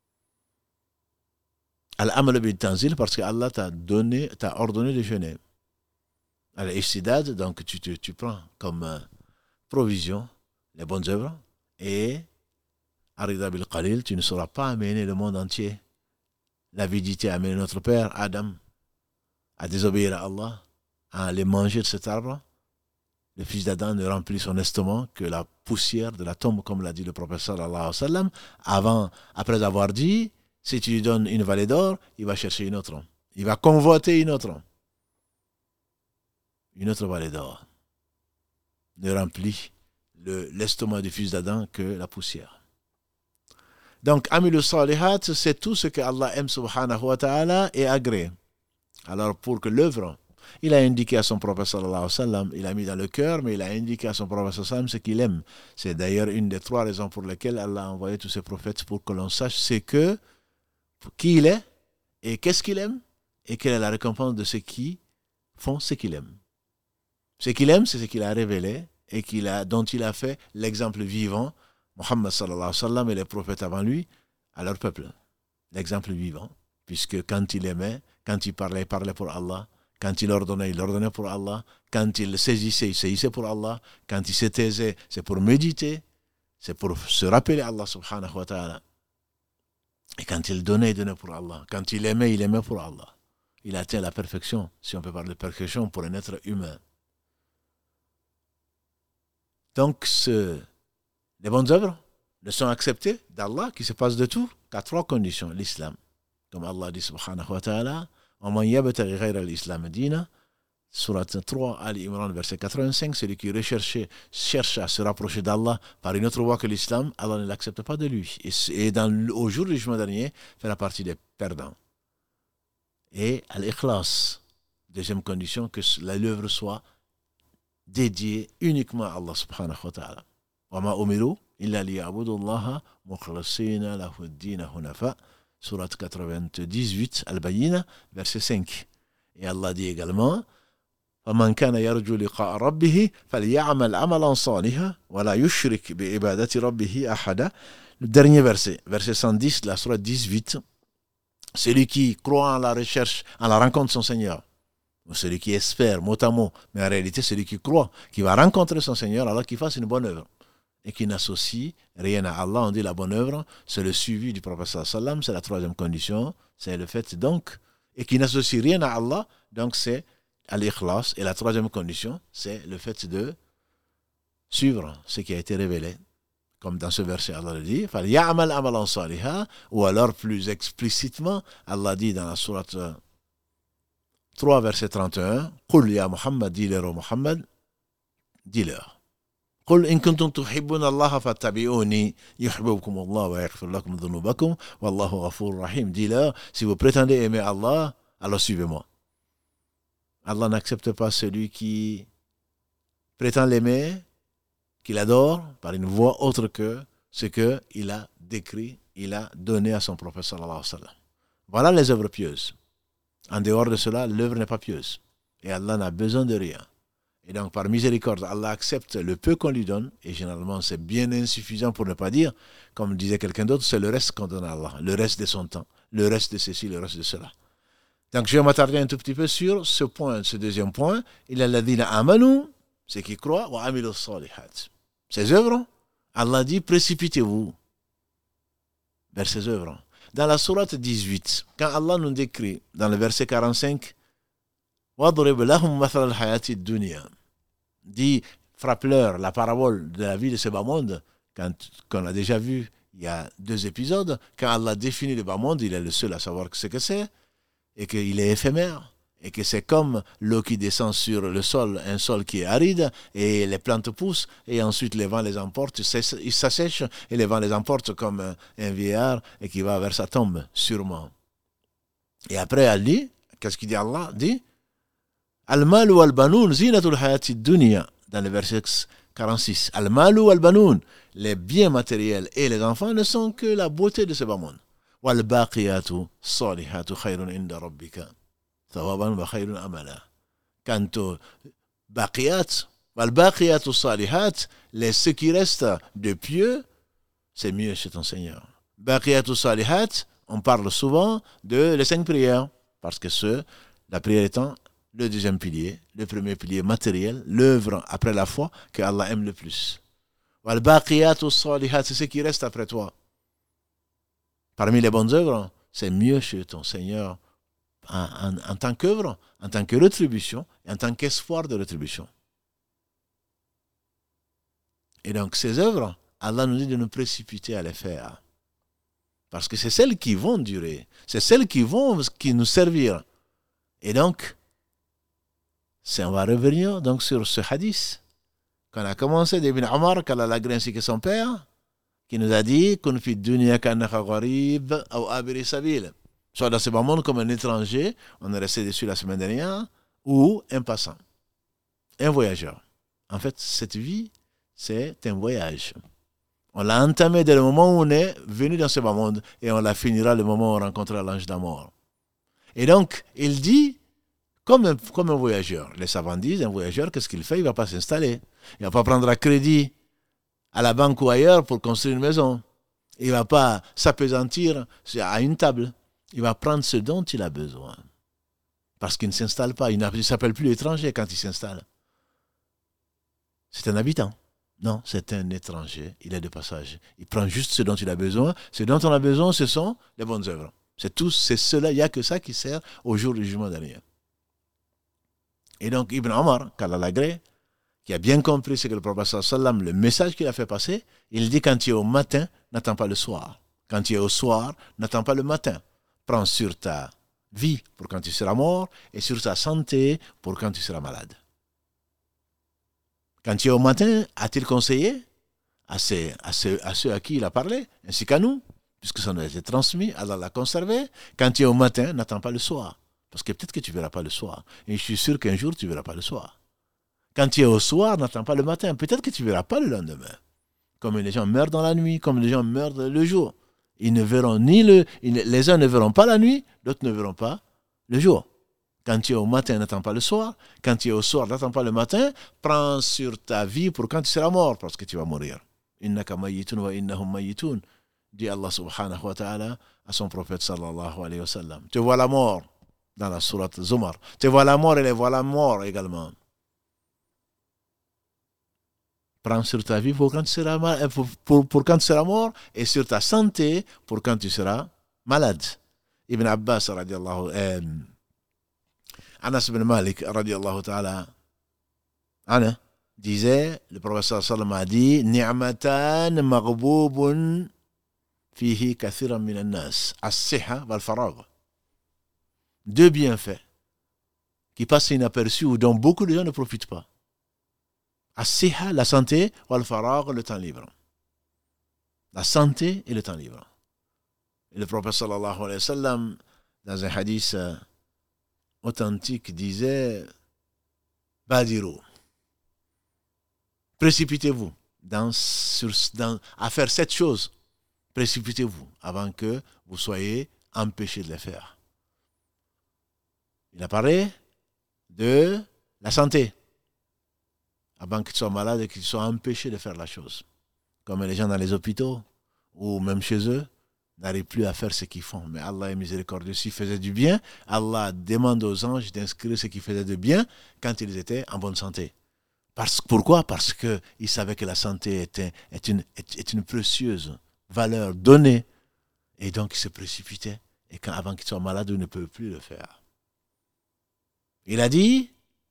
Al-amal bil tanzil, parce que Allah t'a ordonné de jeûner. Al-istidad, donc tu prends comme provision les bonnes œuvres, et arida bil qalil, tu ne sauras pas amener le monde entier. L'avidité a amené notre père Adam à désobéir à Allah, à aller manger de cet arbre. Le fils d'Adam ne remplit son estomac que la poussière de la tombe, comme l'a dit le prophète sallallahu alayhi wa sallam, après avoir dit, si tu lui donnes une vallée d'or, il va chercher une autre. Il va convoiter une autre vallée d'or. Ne remplit l'estomac du fils d'Adam que la poussière. Donc, Amilu Salihat, c'est tout ce que Allah aime subhanahu wa ta'ala et agrée. Alors, pour que l'œuvre, il a indiqué à son prophète sallallahu alayhi wa sallam, il a mis dans le cœur, mais il a indiqué à son prophète sallallahu alayhi wa sallam ce qu'il aime. C'est d'ailleurs une des 3 raisons pour lesquelles Allah a envoyé tous ses prophètes, pour que l'on sache qui il est, et qu'est-ce qu'il aime, et quelle est la récompense de ceux qui font ce qu'il aime. Ce qu'il aime, c'est ce qu'il a révélé, et dont il a fait l'exemple vivant, Muhammad sallallahu alayhi wa sallam et les prophètes avant lui, à leur peuple. L'exemple vivant. Puisque quand il aimait, quand il parlait pour Allah. Quand il ordonnait pour Allah. Quand il saisissait, il saisissait pour Allah. Quand il se taisait, c'est pour méditer. C'est pour se rappeler Allah subhanahu wa ta'ala. Et quand il donnait, il donnait pour Allah. Quand il aimait pour Allah. Il atteint la perfection, si on peut parler de perfection, pour un être humain. Donc, les bonnes œuvres ne sont acceptées d'Allah, qui se passe de tout, qu'à 3 conditions. L'islam, comme Allah dit subhanahu wa ta'ala, وَمَنْ يَبْتَغِ غَيْرَ الْإِسْلَامِ دِينًا, Surat 3, Ali Imran, verset 85, celui qui cherche à se rapprocher d'Allah par une autre voie que l'islam, Allah ne l'accepte pas de lui. Et au jour du jugement dernier, fera partie des perdants. Et al-ikhlas, deuxième condition, que l'œuvre soit dédiée uniquement à Allah subhanahu wa ta'ala. وَمَا أُمِرُوا إِلَّا لِيَعْبُدُوا اللَّهَ مُخْلَصِينَ لَهُ الدِّينَ حُنَفَاءَ, Surat 98, Al-Bayyina, verset 5. Et Allah dit également, فمن كان يرجو لقاء ربه فليعمل عملا صالحا ولا يشرك بعبادة ربه أحدا. Le dernier verset, verset 110 de la sourate 18. Celui qui croit en la recherche, en la rencontre de son Seigneur, ou celui qui espère mot à mot, mais en réalité celui qui croit, qui va rencontrer son Seigneur, alors qu'il fasse une bonne œuvre et qui n'associe rien à Allah. On dit la bonne œuvre, c'est le suivi du prophète sallallahu alayhi wa sallam, c'est la troisième condition, c'est le fait donc, et qui n'associe rien à Allah, donc c'est al-ikhlas. Et la troisième condition, c'est le fait de suivre ce qui a été révélé. Comme dans ce verset, Allah le dit, فَلْيَعْمَلْ عَمَلًا صَالِحًا. Ou alors plus explicitement, Allah dit dans la sourate 3, verset 31, قُلْ يَا مُحَمَّدْ, dis-leur au Muhammad, dis-leur. قل إن كنتم تحبون الله فاتبعوني يحببكم الله ويغفر لكم ذنوبكم والله غفور رحيم. Dis-leur, si vous prétendez aimer Allah, alors suivez-moi. Allah n'accepte pas celui qui prétend l'aimer, qui l'adore par une voie autre que ce qu'il a décrit, il a donné à son prophète sallallahu alayhi wa sallam. Voilà les œuvres pieuses. En dehors de cela, l'œuvre n'est pas pieuse. Et Allah n'a besoin de rien. Et donc, par miséricorde, Allah accepte le peu qu'on lui donne, et généralement, c'est bien insuffisant pour ne pas dire, comme disait quelqu'un d'autre, c'est le reste qu'on donne à Allah, le reste de son temps, le reste de ceci, le reste de cela. Donc, je vais m'attarder un tout petit peu sur ce point, ce deuxième point. Il y a l'adina amanu, ceux qui croient, wa amilu salihat. Ces œuvres, Allah dit, précipitez-vous vers ces œuvres. Dans la sourate 18, quand Allah nous décrit, dans le verset 45, وَضْرِبْ لَهُمْ مَثَلَ الْحَيَاةِ الدُّنْيَا, dit, frappe-leur la parabole de la vie de ce bas monde, qu'on a déjà vu il y a 2 épisodes, quand Allah définit le bas monde, il est le seul à savoir ce que c'est, et qu'il est éphémère, et que c'est comme l'eau qui descend sur le sol, un sol qui est aride, et les plantes poussent, et ensuite les vents les emportent, ils s'assèchent, et les vents les emportent comme un vieillard, et qui va vers sa tombe, sûrement. Et après, elle dit, qu'est-ce qu'il dit Allah? Dit, Al-mal wal-banoun zinatul hayati dunya, dans le verset 46. Al-mal wal-banoun, les biens matériels et les enfants ne sont que la beauté de ce bas monde. Wal-baqiyatu salihatu khayrun inda rabbika thawaban wa khayrun amala. Quant aux baqiyat, wal-baqiyatu salihat, ce qui reste de pieux, c'est mieux chez ton Seigneur. Baqiyatu salihat, on parle souvent de les 5 prières, parce que la prière étant le deuxième pilier, le premier pilier matériel, l'œuvre après la foi que Allah aime le plus. Wal-baqiyatu salihat, c'est ce qui reste après toi. Parmi les bonnes œuvres, c'est mieux chez ton Seigneur en tant qu'œuvre, en tant que rétribution, et en tant qu'espoir de rétribution. Et donc ces œuvres, Allah nous dit de nous précipiter à les faire. Parce que c'est celles qui vont durer, c'est celles qui nous servir. Et donc, on va revenir donc sur ce hadith qu'on a commencé d'Ibn Omar, qu'Allah l'a ainsi que son père, qui nous a dit qu'on fit dunya kanaka gharib ou abiri sabil. Soit dans ce bas monde comme un étranger, on est resté dessus la semaine dernière, ou un passant, un voyageur. En fait, cette vie, c'est un voyage. On l'a entamé dès le moment où on est venu dans ce bas monde et on la finira le moment où on rencontrera l'ange de la mort. Et donc, il dit, comme un voyageur. Les savants disent, un voyageur, qu'est-ce qu'il fait? Il ne va pas s'installer. Il ne va pas prendre à crédit à la banque ou ailleurs pour construire une maison. Il ne va pas s'appesantir à une table. Il va prendre ce dont il a besoin. Parce qu'il ne s'installe pas. Il ne s'appelle plus étranger quand il s'installe. C'est un habitant. Non, c'est un étranger. Il est de passage. Il prend juste ce dont il a besoin. Ce dont on a besoin, ce sont les bonnes œuvres. C'est tout, c'est cela. Il n'y a que ça qui sert au jour du jugement dernier. Et donc Ibn Omar, qu'Allah l'agrée, qui a bien compris ce que le prophète sallallahu alayhi wa sallam, le message qu'il a fait passer, il dit quand tu es au matin, n'attends pas le soir. Quand tu es au soir, n'attends pas le matin. Prends sur ta vie pour quand tu seras mort et sur ta santé pour quand tu seras malade. Quand tu es au matin, a-t-il conseillé à ceux à qui il a parlé, ainsi qu'à nous, puisque ça nous a été transmis, Allah l'a conservé. Quand tu es au matin, n'attends pas le soir. Parce que peut-être que tu ne verras pas le soir. Et je suis sûr qu'un jour, tu ne verras pas le soir. Quand tu es au soir, n'attends pas le matin. Peut-être que tu ne verras pas le lendemain. Comme les gens meurent dans la nuit, comme les gens meurent le jour. Ils ne verront les uns ne verront pas la nuit, d'autres ne verront pas le jour. Quand tu es au matin, n'attends pas le soir. Quand tu es au soir, n'attends pas le matin. Prends sur ta vie pour quand tu seras mort, parce que tu vas mourir. Innaka mayyitun wa innahum mayyitun, dit Allah subhanahu wa ta'ala à son prophète sallallahu alayhi wa sallam. Tu vois la mort dans la sourate Zumar. Tu vois la mort et les voilà morts également. Prends sur ta vie pour quand tu seras, pour quand tu seras mort et sur ta santé pour quand tu seras malade. Ibn Abbas radiallahu Anas ibn Malik radiallahu ta'ala anhu disait, le professeur sallam a dit, ni'matan maghboubun fihi kathiran min an-nas, as-siha wal faragh. Deux bienfaits qui passent inaperçus ou dont beaucoup de gens ne profitent pas. As-siha, la santé, wal faragh, le temps libre. La santé et le temps libre. Et le prophète sallallahu alayhi wa sallam, dans un hadith authentique, disait, Badiru, précipitez-vous à faire cette chose. Précipitez-vous avant que vous soyez empêchés de le faire. Il apparaît de la santé. Avant qu'ils soient malades et qu'ils soient empêchés de faire la chose. Comme les gens dans les hôpitaux ou même chez eux n'arrivent plus à faire ce qu'ils font. Mais Allah est miséricordieux. S'ils faisaient du bien, Allah demande aux anges d'inscrire ce qu'ils faisaient de bien quand ils étaient en bonne santé. Pourquoi ? Parce qu'ils savaient que la santé est une précieuse valeur donnée. Et donc ils se précipitaient. Et avant qu'ils soient malades, ils ne peuvent plus le faire. Il a dit,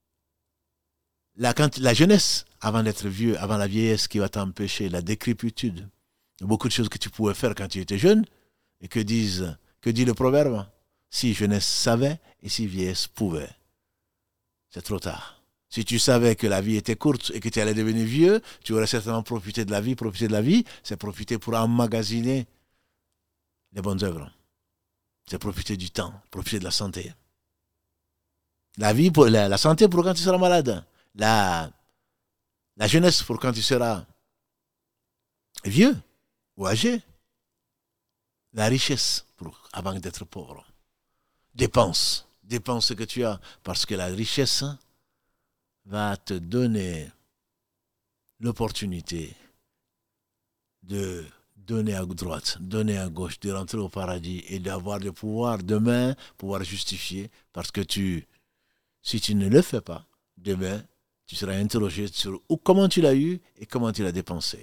la jeunesse, avant d'être vieux, avant la vieillesse qui va t'empêcher, la décrépitude. Il y a beaucoup de choses que tu pouvais faire quand tu étais jeune. Et que dit le proverbe ? Si jeunesse savait et si vieillesse pouvait. C'est trop tard. Si tu savais que la vie était courte et que tu allais devenir vieux, tu aurais certainement profité de la vie. Profiter de la vie, c'est profiter pour emmagasiner les bonnes œuvres. C'est profiter du temps, profiter de la santé. La vie, pour la santé pour quand tu seras malade. La jeunesse pour quand tu seras vieux ou âgé. La richesse avant d'être pauvre. Dépense ce que tu as, parce que la richesse va te donner l'opportunité de donner à droite, donner à gauche, de rentrer au paradis et d'avoir le pouvoir demain, pouvoir justifier, parce que si tu ne le fais pas, demain, tu seras interrogé sur comment tu l'as eu et comment tu l'as dépensé.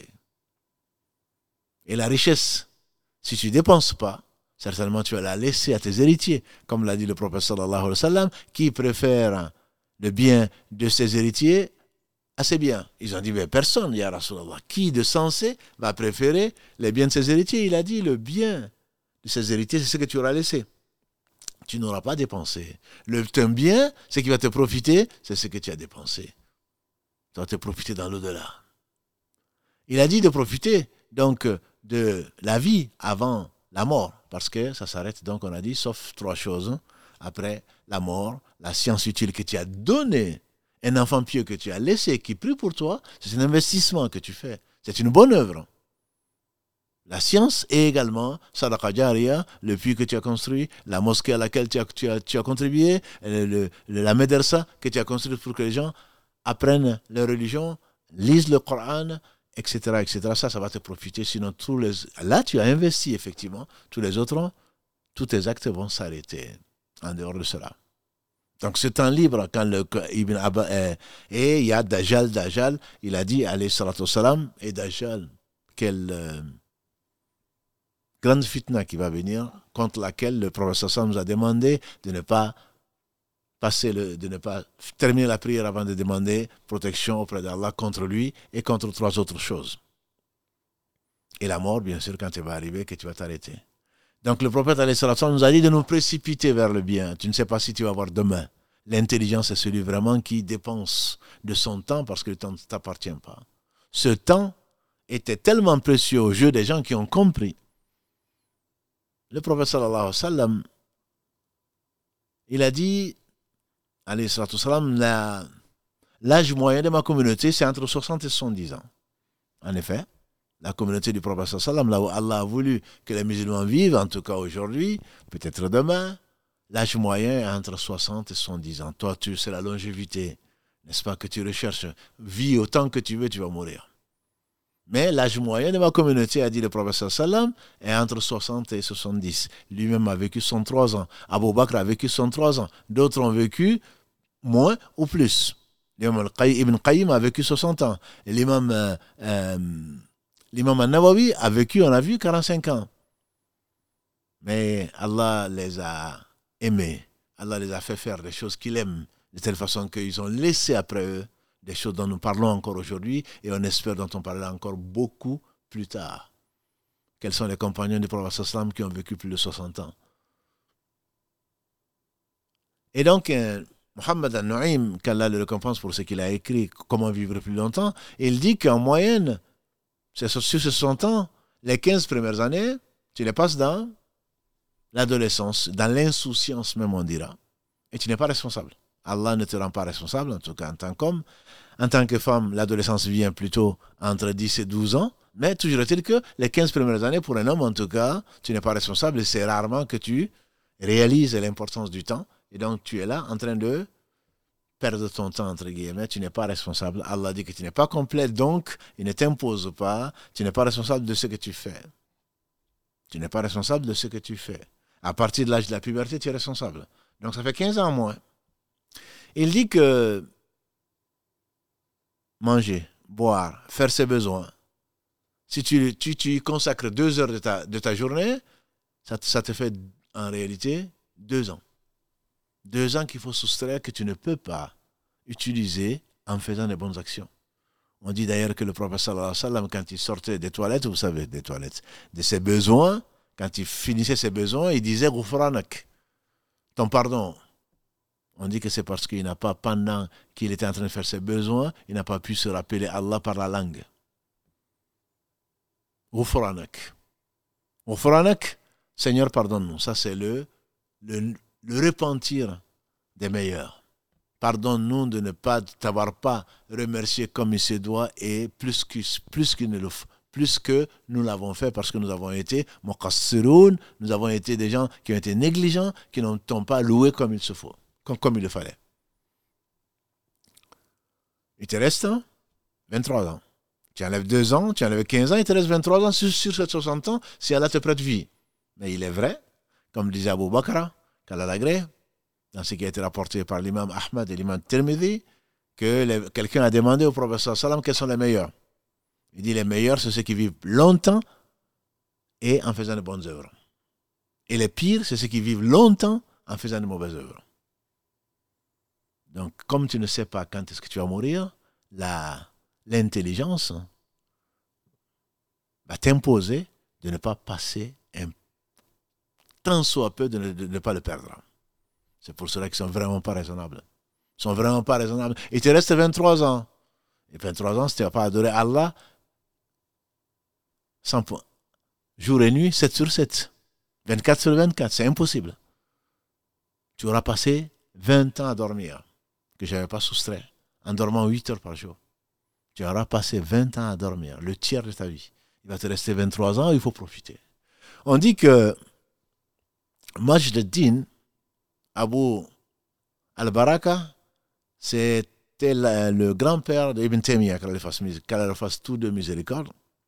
Et la richesse, si tu ne dépenses pas, certainement tu vas la laisser à tes héritiers, comme l'a dit le prophète sallallahu alayhi wa sallam, qui préfère le bien de ses héritiers à ses biens. Ils ont dit, mais personne, ya Rasulallah, qui de sensé va préférer les biens de ses héritiers ? Il a dit, le bien de ses héritiers, c'est ce que tu auras laissé. Tu n'auras pas dépensé. Ton bien, ce qui va te profiter, c'est ce que tu as dépensé. Ça va te profiter dans l'au-delà. Il a dit de profiter donc de la vie avant la mort, parce que ça s'arrête, donc on a dit, sauf trois choses. Après la mort, la science utile que tu as donnée, un enfant pieux que tu as laissé, qui prie pour toi, c'est un investissement que tu fais. C'est une bonne œuvre. La science et également Sadaqa Jariya, le puits que tu as construit, la mosquée à laquelle tu as contribué, la médersa que tu as construite pour que les gens apprennent leur religion, lisent le Coran, etc., etc. Ça va te profiter. Sinon, là, tu as investi, effectivement. Tous tes actes vont s'arrêter en dehors de cela. Donc, ce temps libre, quand Ibn Abba et il y a Dajjal, il a dit, alayhi salatu wassalam, et Dajjal, quelle grande fitna qui va venir, contre laquelle le professeur Sam nous a demandé de ne pas terminer la prière avant de demander protection auprès d'Allah contre lui et contre trois autres choses. Et la mort, bien sûr, quand elle va arriver, que tu vas t'arrêter. Donc le prophète alayhi salatu wassalam nous a dit de nous précipiter vers le bien. Tu ne sais pas si tu vas avoir demain. L'intelligence est celui vraiment qui dépense de son temps parce que le temps ne t'appartient pas. Ce temps était tellement précieux aux yeux des gens qui ont compris. Le prophète sallallahu alayhi wa sallam, il a dit, alayhi salatu wassalam, l'âge moyen de ma communauté, c'est entre 60 et 70 ans. En effet, la communauté du prophète sallallahu alayhi wa sallam, là où Allah a voulu que les musulmans vivent, en tout cas aujourd'hui, peut-être demain, L'âge moyen est entre 60 et 70 ans. Toi, c'est la longévité, n'est-ce pas, que tu recherches. Vis autant que tu veux, tu vas mourir. Mais l'âge moyen de ma communauté, a dit le prophète sallam, est entre 60 et 70. Lui-même a vécu 103 ans. Abu Bakr a vécu 103 ans. D'autres ont vécu moins ou plus. L'imam Ibn Qayyim a vécu 60 ans. Et l'imam An-Nawawi a vécu, on a vu, 45 ans. Mais Allah les a aimés. Allah les a fait faire des choses qu'il aime, de telle façon qu'ils ont laissé après eux des choses dont nous parlons encore aujourd'hui et on espère dont on parlera encore beaucoup plus tard. Quels sont les compagnons du prophète sallam qui ont vécu plus de 60 ans? Et donc, Mohammed al-Nu'aym, qu'Allah le récompense pour ce qu'il a écrit, Comment vivre plus longtemps, il dit qu'en moyenne, sur ces 60 ans, les 15 premières années, tu les passes dans l'adolescence, dans l'insouciance même on dira, et tu n'es pas responsable. Allah ne te rend pas responsable, en tout cas en tant qu'homme. En tant que femme, l'adolescence vient plutôt entre 10 et 12 ans, mais toujours est-il que les 15 premières années, pour un homme en tout cas, tu n'es pas responsable et c'est rarement que tu réalises l'importance du temps, et donc tu es là en train de perdre ton temps, entre guillemets, tu n'es pas responsable. Allah dit que tu n'es pas complet, donc il ne t'impose pas, tu n'es pas responsable de ce que tu fais. Tu n'es pas responsable de ce que tu fais. À partir de l'âge de la puberté, tu es responsable. Donc ça fait 15 ans en moins. Il dit que manger, boire, faire ses besoins, si tu y consacres 2 heures de ta journée, ça te fait en réalité 2 ans. 2 ans qu'il faut soustraire, que tu ne peux pas utiliser en faisant des bonnes actions. On dit d'ailleurs que le prophète sallallahu alayhi wa sallam, quand il sortait des toilettes, vous savez, des toilettes, de ses besoins, quand il finissait ses besoins, il disait « Ghufranak », ton pardon. On dit que c'est parce qu'il n'a pas, pendant qu'il était en train de faire ses besoins, il n'a pas pu se rappeler Allah par la langue. Ghufranak. Ghufranak, Seigneur, pardonne-nous. Ça, c'est le repentir des meilleurs. Pardonne-nous de ne pas t'avoir pas remercié comme il se doit et plus que nous l'avons fait parce que nous avons été muqassiroun, nous avons été des gens qui ont été négligents, qui n'ont pas loué comme il se faut, comme il le fallait. Il te reste 23 ans. Tu enlèves 2 ans, tu enlèves 15 ans, il te reste 23 ans sur ces 60 ans si Allah te prête vie. Mais il est vrai, comme disait Abu Bakr, qu'Allah l'agrée, dans ce qui a été rapporté par l'imam Ahmad et l'imam Tirmidhi, que quelqu'un a demandé au prophète sallam quels sont les meilleurs. Il dit les meilleurs, c'est ceux qui vivent longtemps et en faisant de bonnes œuvres. Et les pires, c'est ceux qui vivent longtemps en faisant de mauvaises œuvres. Donc, comme tu ne sais pas quand est-ce que tu vas mourir, l'intelligence va t'imposer de ne pas passer un tant soit peu de ne pas le perdre. C'est pour cela qu'ils ne sont vraiment pas raisonnables. Ils sont vraiment pas raisonnables. Il te reste 23 ans. Et 23 ans, si tu n'as pas adoré Allah, jour et nuit, 7 sur 7. 24 sur 24, c'est impossible. Tu auras passé 20 ans à dormir, que je n'avais pas soustrait, en dormant 8 heures par jour. Tu auras passé 20 ans à dormir, le tiers de ta vie. Il va te rester 23 ans, il faut profiter. On dit que Majd ad-Din Abu al-Baraka, c'était le grand-père d'Ibn Taymiyyah, qu'Allah le fasse tout de miséricorde.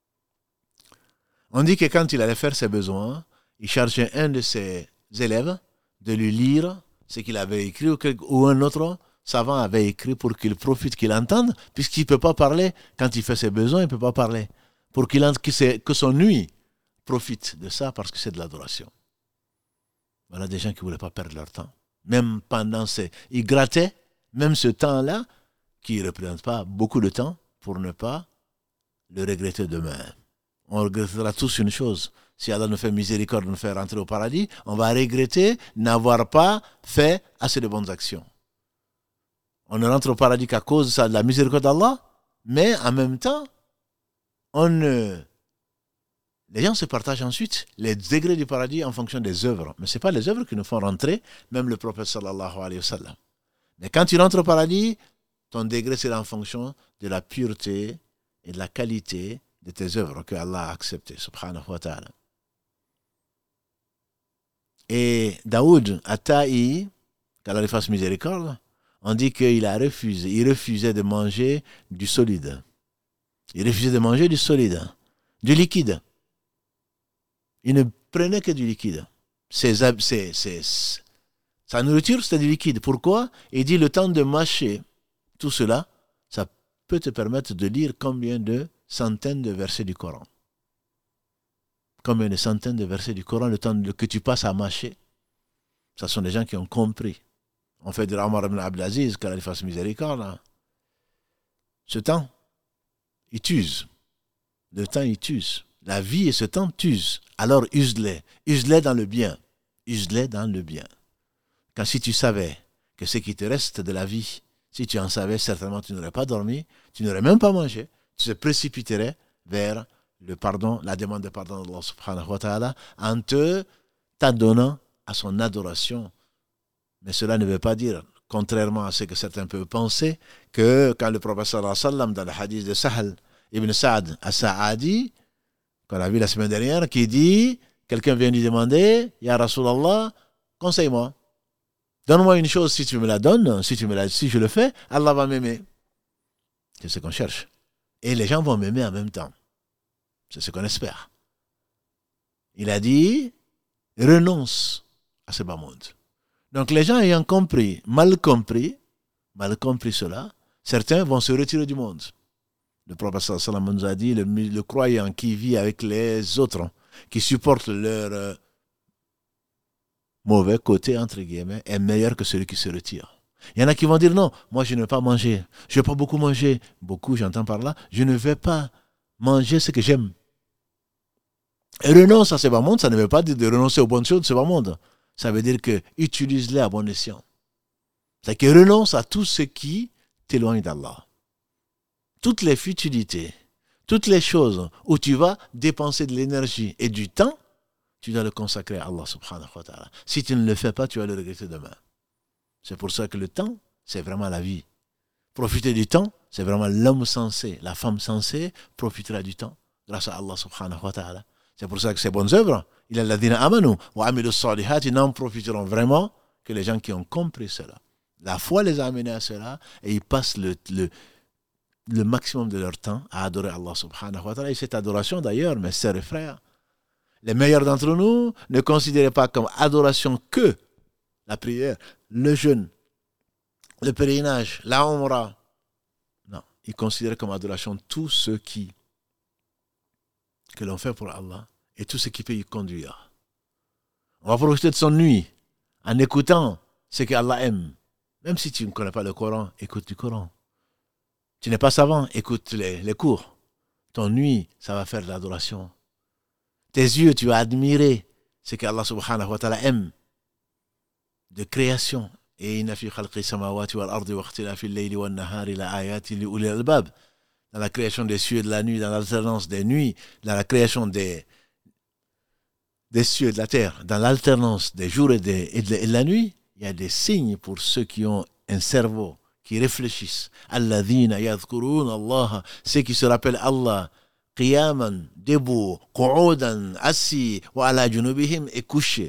On dit que quand il allait faire ses besoins, il chargeait un de ses élèves de lui lire ce qu'il avait écrit ou un autre savant avait écrit pour qu'il profite, qu'il entende, puisqu'il ne peut pas parler. Quand il fait ses besoins, il ne peut pas parler. Pour que son nuit profite de ça parce que c'est de l'adoration. Voilà des gens qui ne voulaient pas perdre leur temps. Même pendant ils grattaient même ce temps-là, qui ne représente pas beaucoup de temps, pour ne pas le regretter demain. On regrettera tous une chose. Si Allah nous fait miséricorde de nous faire rentrer au paradis, on va regretter n'avoir pas fait assez de bonnes actions. On ne rentre au paradis qu'à cause de la miséricorde d'Allah, mais en même temps, les gens se partagent ensuite les degrés du paradis en fonction des œuvres. Mais ce n'est pas les œuvres qui nous font rentrer, même le prophète sallallahu alayhi wa sallam. Mais quand tu rentres au paradis, ton degré c'est en fonction de la pureté et de la qualité de tes œuvres que Allah a acceptées, subhanahu wa ta'ala. Et Daoud, Attaï, qu'Allah lui fasse miséricorde, on dit qu'il a refusé. Il refusait de manger du solide. Il refusait de manger du solide, du liquide. Il ne prenait que du liquide. Sa nourriture, c'était du liquide. Pourquoi? Il dit le temps de mâcher tout cela, ça peut te permettre de lire combien de centaines de versets du Coran. Combien de centaines de versets du Coran, le temps que tu passes à mâcher. Ce sont des gens qui ont compris. On fait de Omar ibn Abdelaziz, qu'Allah lui fasse miséricorde. Hein. Ce temps, il t'use. Le temps, il t'use. La vie et ce temps t'usent. Alors use-les. Use-les dans le bien. Use-les dans le bien. Quand si tu savais que ce qui te reste de la vie, si tu en savais, certainement tu n'aurais pas dormi, tu n'aurais même pas mangé, tu te précipiterais vers le pardon, la demande de pardon d'Allah subhanahu wa ta'ala, en t'adonnant à son adoration. Mais cela ne veut pas dire, contrairement à ce que certains peuvent penser, que quand le prophète sallallahu alayhi wa sallam, dans le hadith de Sahal ibn Sa'ad as-Sa'adi, qu'on a vu la semaine dernière, qui dit, quelqu'un vient lui demander, Ya Rasulallah, conseille-moi. Donne-moi une chose, si tu me la donnes, si je le fais, Allah va m'aimer. C'est ce qu'on cherche. Et les gens vont m'aimer en même temps. C'est ce qu'on espère. Il a dit, renonce à ce bas monde. Donc les gens ayant compris, mal compris cela, certains vont se retirer du monde. Le prophète sallallahu alayhi wa sallam nous a dit, le croyant qui vit avec les autres, qui supporte leur mauvais côté, entre guillemets, est meilleur que celui qui se retire. Il y en a qui vont dire, non, moi je ne vais pas manger, je ne vais pas beaucoup manger. Beaucoup, j'entends par là, je ne vais pas manger ce que j'aime. Et renonce à ce bas monde, ça ne veut pas dire de renoncer aux bonnes choses de ce bas monde. Ça veut dire que utilise-les à bon escient. C'est-à-dire que renonce à tout ce qui t'éloigne d'Allah. Toutes les futilités, toutes les choses où tu vas dépenser de l'énergie et du temps, tu dois le consacrer à Allah subhanahu wa ta'ala. Si tu ne le fais pas, tu vas le regretter demain. C'est pour ça que le temps, c'est vraiment la vie. Profiter du temps, c'est vraiment l'homme sensé, la femme sensée profitera du temps grâce à Allah subhanahu wa ta'ala. C'est pour ça que ces bonnes œuvres, il y a l'adina amanu wa amilu salihat, ils n'en profiteront vraiment que les gens qui ont compris cela. La foi les a amenés à cela et ils passent le maximum de leur temps à adorer Allah subhanahu wa ta'ala. Et cette adoration d'ailleurs, mes sœurs et frères, les meilleurs d'entre nous ne considéraient pas comme adoration que la prière, le jeûne, le pèlerinage, la umrah. Non, ils considéraient comme adoration tout ce que l'on fait pour Allah et tout ce qui peut y conduire. On va profiter de son nuit en écoutant ce qu'Allah aime. Même si tu ne connais pas le Coran, écoute du Coran. Tu n'es pas savant, écoute les cours. Ton nuit, ça va faire de l'adoration. Tes yeux, tu vas admirer ce qu'Allah subhanahu wa ta'ala aime de création. Et inna fi khalqi samawati wal ardi wa ikhtilafi al-layli wan nahari la ayatin li ulil albab. Dans la création des cieux et de la nuit, dans l'alternance des nuits, dans la création des cieux et de la terre, dans l'alternance des jours et de la nuit, il y a des signes pour ceux qui ont un cerveau, qui réfléchissent. Alladhina yadhkurun Allah, ceux qui se rappellent Allah, qiyaman, debout, qu'udan, assis, wa ala junubihim, et couchés.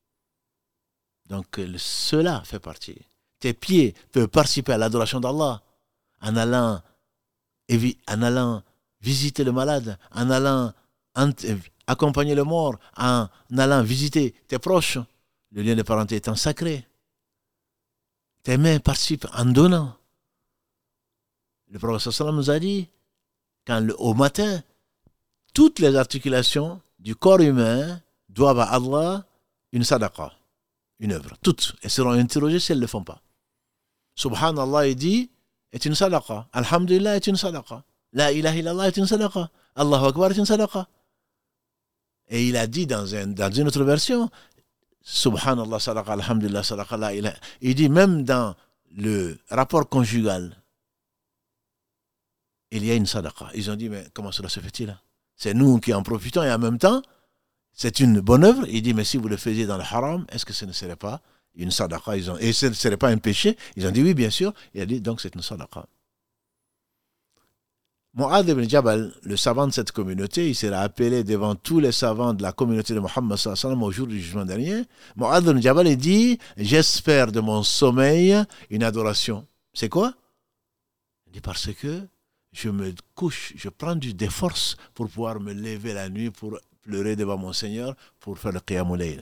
Donc cela fait partie. Tes pieds peuvent participer à l'adoration d'Allah en allant visiter le malade, en allant accompagner le mort, en allant visiter tes proches. Le lien de parenté étant sacré. Tes mains participent en donnant. Le prophète sallam nous a dit, au matin, toutes les articulations du corps humain doivent à Allah une sadaqa, une œuvre. Toutes. Elles seront interrogées si elles ne le font pas. Subhanallah, il dit, est une sadaqa. Alhamdulillah est une sadaqa. La ilaha illallah est une sadaqa. Allahu Akbar est une sadaqa. Et il a dit dans une autre version, Subhanallah sadaqa, alhamdulillah sadaqa, la ilaha. Il dit même dans le rapport conjugal, il y a une sadaqa. Ils ont dit, mais comment cela se fait-il? C'est nous qui en profitons et en même temps, c'est une bonne œuvre. Il dit, mais si vous le faisiez dans le haram, est-ce que ce ne serait pas une sadaqa? Et ce ne serait pas un péché? Ils ont dit, oui, bien sûr. Il a dit, donc c'est une sadaqa. Mu'adh ibn Jabal, le savant de cette communauté, il sera appelé devant tous les savants de la communauté de Muhammad sallallahu alayhi wa sallam au jour du jugement dernier. Mu'adh ibn Jabal, il dit, j'espère de mon sommeil une adoration. C'est quoi? Il dit, parce que je me couche, je prends des forces pour pouvoir me lever la nuit, pour pleurer devant mon Seigneur, pour faire le qiyamul layl.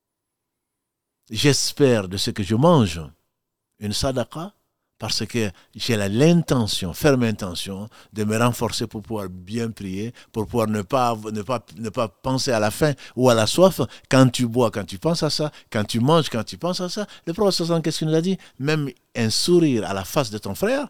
J'espère de ce que je mange une sadaqa, parce que j'ai l'intention, ferme intention, de me renforcer pour pouvoir bien prier, pour pouvoir ne pas penser à la faim ou à la soif. Quand tu bois, quand tu penses à ça, quand tu manges, quand tu penses à ça. Le prophète sallallahu qu'est-ce qu'il nous a dit? Même un sourire à la face de ton frère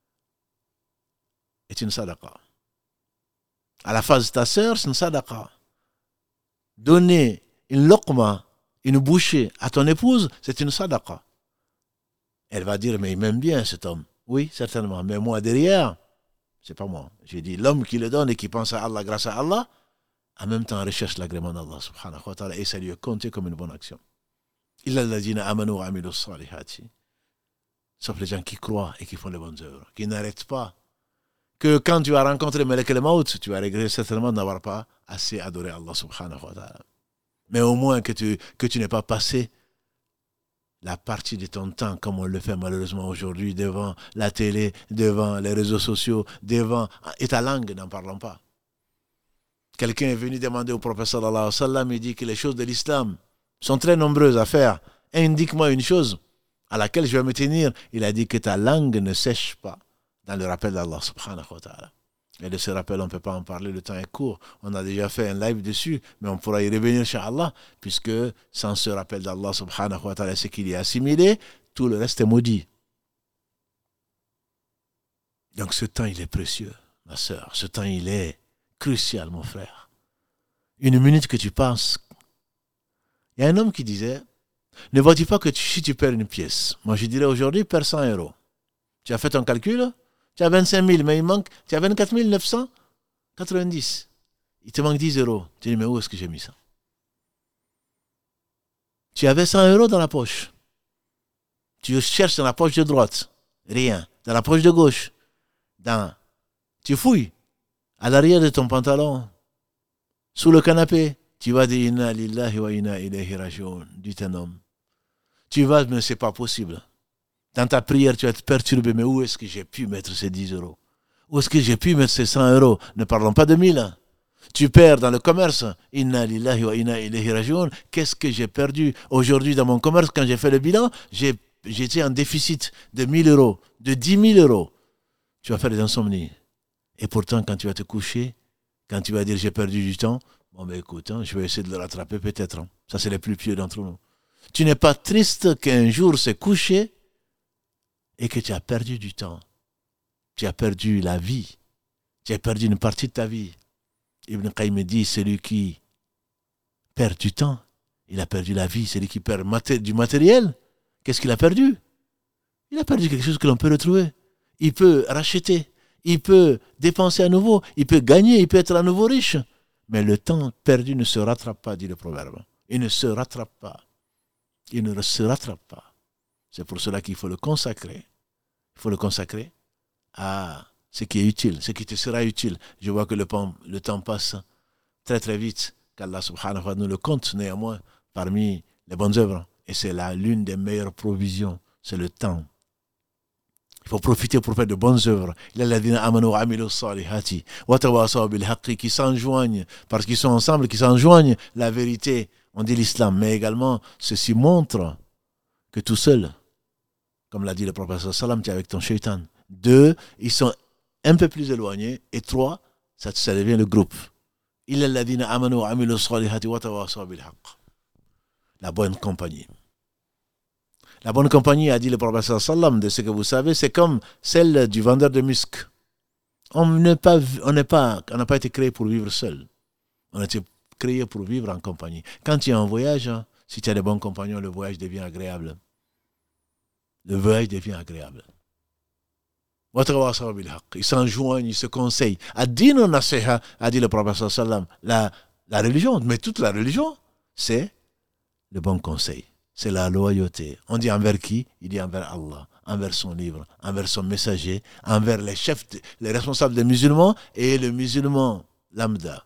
est une sadaqa. À la face de ta sœur, c'est une sadaqa. Donner une luqma, une bouchée à ton épouse, c'est une sadaqa. Elle va dire, mais il m'aime bien cet homme. Oui, certainement. Mais moi, derrière, c'est pas moi. J'ai dit, l'homme qui le donne et qui pense à Allah grâce à Allah, en même temps recherche l'agrément d'Allah subhanahu wa ta'ala et ça lui est compté comme une bonne action. Illa alladhina amanu wa amilu salihati. Sauf les gens qui croient et qui font les bonnes œuvres, qui n'arrêtent pas. Que quand tu vas rencontrer Malek el-Maut, tu vas regretter certainement d'avoir pas assez adoré Allah subhanahu wa ta'ala. Mais au moins que tu n'aies pas passé la partie de ton temps, comme on le fait malheureusement aujourd'hui, devant la télé, devant les réseaux sociaux, devant... Et ta langue, n'en parlons pas. Quelqu'un est venu demander au prophète sallallahu alayhi wa sallam, il dit que les choses de l'islam sont très nombreuses à faire. Indique-moi une chose à laquelle je vais me tenir. Il a dit que ta langue ne sèche pas dans le rappel d'Allah subhanahu wa ta'ala. Et de ce rappel, on ne peut pas en parler, le temps est court. On a déjà fait un live dessus, mais on pourra y revenir, incha'Allah, puisque sans ce rappel d'Allah subhanahu wa ta'ala, ce qu'il y a assimilé, tout le reste est maudit. Donc ce temps, il est précieux, ma sœur. Ce temps, il est crucial, mon frère. Une minute que tu passes. Il y a un homme qui disait, ne vois-tu pas que si tu perds une pièce, moi je dirais aujourd'hui, perds 100 euros. Tu as fait ton calcul? Tu as 25 000, mais il manque, tu as 24 990. Il te manque 10 euros. Tu dis, mais où est-ce que j'ai mis ça? Tu avais 100 euros dans la poche. Tu cherches dans la poche de droite. Rien. Dans la poche de gauche. Tu fouilles. À l'arrière de ton pantalon. Sous le canapé. Tu vas dire, inna lillahi wa inna ilayhi raji'un, dit un homme. Tu vas, mais c'est pas possible. Dans ta prière, tu vas être perturbé. Mais où est-ce que j'ai pu mettre ces 10 euros? Où est-ce que j'ai pu mettre ces 100 euros? Ne parlons pas de 1000. Tu perds dans le commerce. Inna lillahi wa inna ilayhi raji'un. Qu'est-ce que j'ai perdu aujourd'hui dans mon commerce? Quand j'ai fait le bilan, j'étais en déficit de 1000 euros, de 10 000 euros. Tu vas faire des insomnies. Et pourtant, quand tu vas te coucher, quand tu vas dire j'ai perdu du temps, bon ben écoute, je vais essayer de le rattraper peut-être. Ça, c'est les plus pieux d'entre nous. Tu n'es pas triste qu'un jour se coucher et que tu as perdu du temps. Tu as perdu la vie. Tu as perdu une partie de ta vie. Ibn Qayyim dit, celui qui perd du temps, il a perdu la vie. Celui qui perd du matériel, qu'est-ce qu'il a perdu? Il a perdu quelque chose que l'on peut retrouver. Il peut racheter, il peut dépenser à nouveau, il peut gagner, il peut être à nouveau riche. Mais le temps perdu ne se rattrape pas, dit le proverbe. Il ne se rattrape pas. Il ne se rattrape pas. C'est pour cela qu'il faut le consacrer. Il faut le consacrer à ce qui est utile, ce qui te sera utile. Je vois que le temps passe très très vite, qu'Allah subhanahu wa ta'ala nous le compte néanmoins parmi les bonnes œuvres. Et c'est l'une des meilleures provisions, c'est le temps. Il faut profiter pour faire de bonnes œuvres. Il y a les amanu wa amilu salihati wa tawasaw bil haqqi qui s'enjoignent, parce qu'ils sont ensemble, qui s'enjoignent la vérité. On dit l'islam, mais également ceci montre que tout seul, comme l'a dit le prophète sallam, tu es avec ton shaitan. 2, ils sont un peu plus éloignés. Et 3, ça devient le groupe. Il alladhina amanu wa amilu salihati wa tawasaw bil haqq. La bonne compagnie. La bonne compagnie, a dit le prophète sallam, de ce que vous savez, c'est comme celle du vendeur de musc. On n'a pas été créé pour vivre seul. On a été créé pour vivre en compagnie. Quand tu es en voyage, si tu as de bons compagnons, le voyage devient agréable. Le voyage devient agréable. Ils s'enjoignent, ils se conseillent. Ad-dinu nasiha, a dit le prophète sallam. La religion, mais toute la religion, c'est le bon conseil. c'est la loyauté. On dit envers qui? Il dit envers Allah, envers son livre, envers son messager, envers les chefs, les responsables des musulmans et le musulman lambda.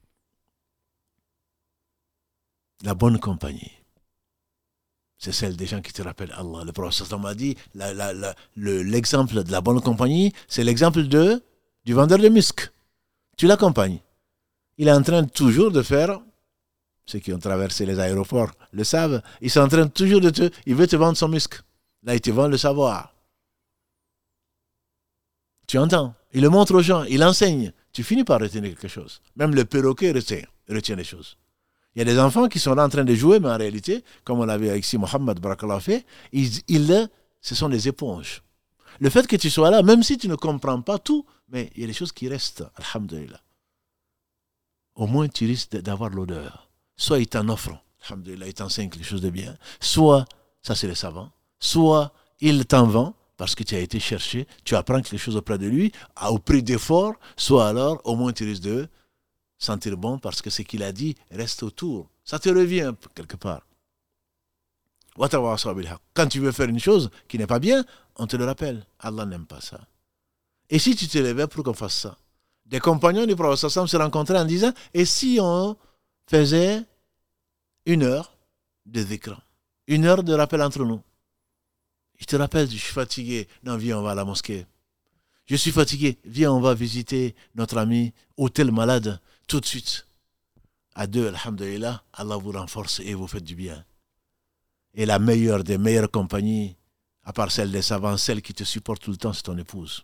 La bonne compagnie, c'est celle des gens qui te rappellent Allah. Le prophète m'a dit, l'exemple de la bonne compagnie, c'est l'exemple du vendeur de musc. Tu l'accompagnes. Il est en train toujours de faire, ceux qui ont traversé les aéroports le savent, ils sont en train toujours il veut te vendre son musc. Là, il te vend le savoir. Tu entends? Il le montre aux gens, il enseigne. Tu finis par retenir quelque chose. Même le perroquet retient des choses. Il y a des enfants qui sont là en train de jouer, mais en réalité, comme on l'avait ici, Mohamed Barakallah fait, ce sont des éponges. Le fait que tu sois là, même si tu ne comprends pas tout, mais il y a des choses qui restent, alhamdulillah. Au moins, tu risques d'avoir l'odeur. Soit il t'en offre, alhamdulillah, il t'enseigne quelque chose de bien. Soit, ça c'est les savants, soit il t'en vend, parce que tu as été chercher, tu apprends quelque chose auprès de lui, au prix d'effort, soit alors, au moins tu risques de sentir bon parce que ce qu'il a dit reste autour. Ça te revient quelque part. Quand tu veux faire une chose qui n'est pas bien, on te le rappelle. Allah n'aime pas ça. Et si tu te levais pour qu'on fasse ça? Des compagnons du prophète se rencontraient en disant, et si on faisait 1 heure de dhikr, 1 heure de rappel entre nous? Je te rappelle, je suis fatigué. Non, viens, on va à la mosquée. Je suis fatigué. Viens, on va visiter notre ami hôtel malade. Tout de suite. À 2, alhamdulillah, Allah vous renforce et vous faites du bien. Et la meilleure des meilleures compagnies, à part celle des savants, celle qui te supporte tout le temps, c'est ton épouse.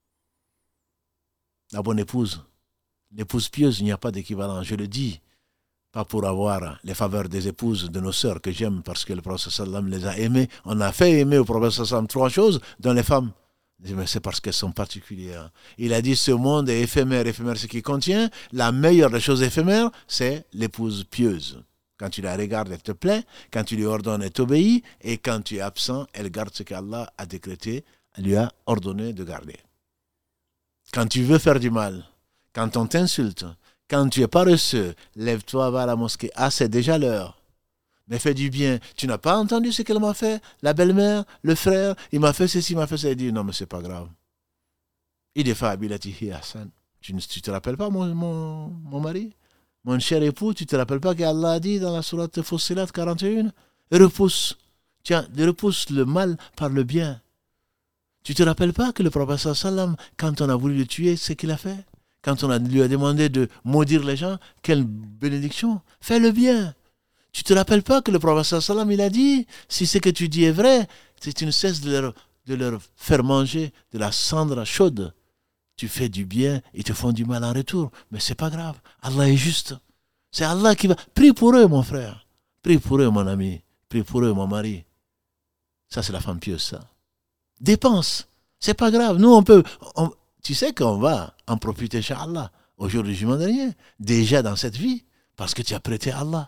La bonne épouse. L'épouse pieuse, il n'y a pas d'équivalent. Je le dis, pas pour avoir les faveurs des épouses de nos sœurs que j'aime parce que le prophète sallam les a aimées. On a fait aimer au prophète sallam 3 choses dans les femmes. Mais c'est parce qu'elles sont particulières. Il a dit ce monde est éphémère, éphémère ce qui contient. La meilleure des choses éphémères, c'est l'épouse pieuse. Quand tu la regardes, elle te plaît. Quand tu lui ordonnes, elle t'obéit. Et quand tu es absent, elle garde ce qu'Allah a décrété, elle lui a ordonné de garder. Quand tu veux faire du mal, quand on t'insulte, quand tu es paresseux, lève-toi, va à la mosquée. Ah, c'est déjà l'heure. Mais fais du bien. Tu n'as pas entendu ce qu'elle m'a fait? La belle-mère, le frère, il m'a fait ceci, il m'a fait ça. Il dit, non, mais c'est pas grave. Il est fabilatihi Hassan. Tu te rappelles pas, mon mari? Mon cher époux, tu te rappelles pas qu'Allah a dit dans la sourate Fussilat 41? Repousse. Tiens, repousse le mal par le bien. Tu te rappelles pas que le prophète sallam, quand on a voulu le tuer, c'est ce qu'il a fait? Quand on lui a demandé de maudire les gens, quelle bénédiction. Fais le bien. Tu te rappelles pas que le prophète sallam il a dit, si ce que tu dis est vrai, tu ne cesses de leur faire manger de la cendre chaude. Tu fais du bien, ils te font du mal en retour. Mais c'est pas grave, Allah est juste. C'est Allah qui va. Prie pour eux, mon frère. Prie pour eux, mon ami. Prie pour eux, mon mari. Ça, c'est la femme pieuse, ça. Dépense. C'est pas grave. Nous, tu sais qu'on va en profiter, Inch'Allah, au jour du jugement dernier. Déjà dans cette vie, parce que tu as prêté à Allah.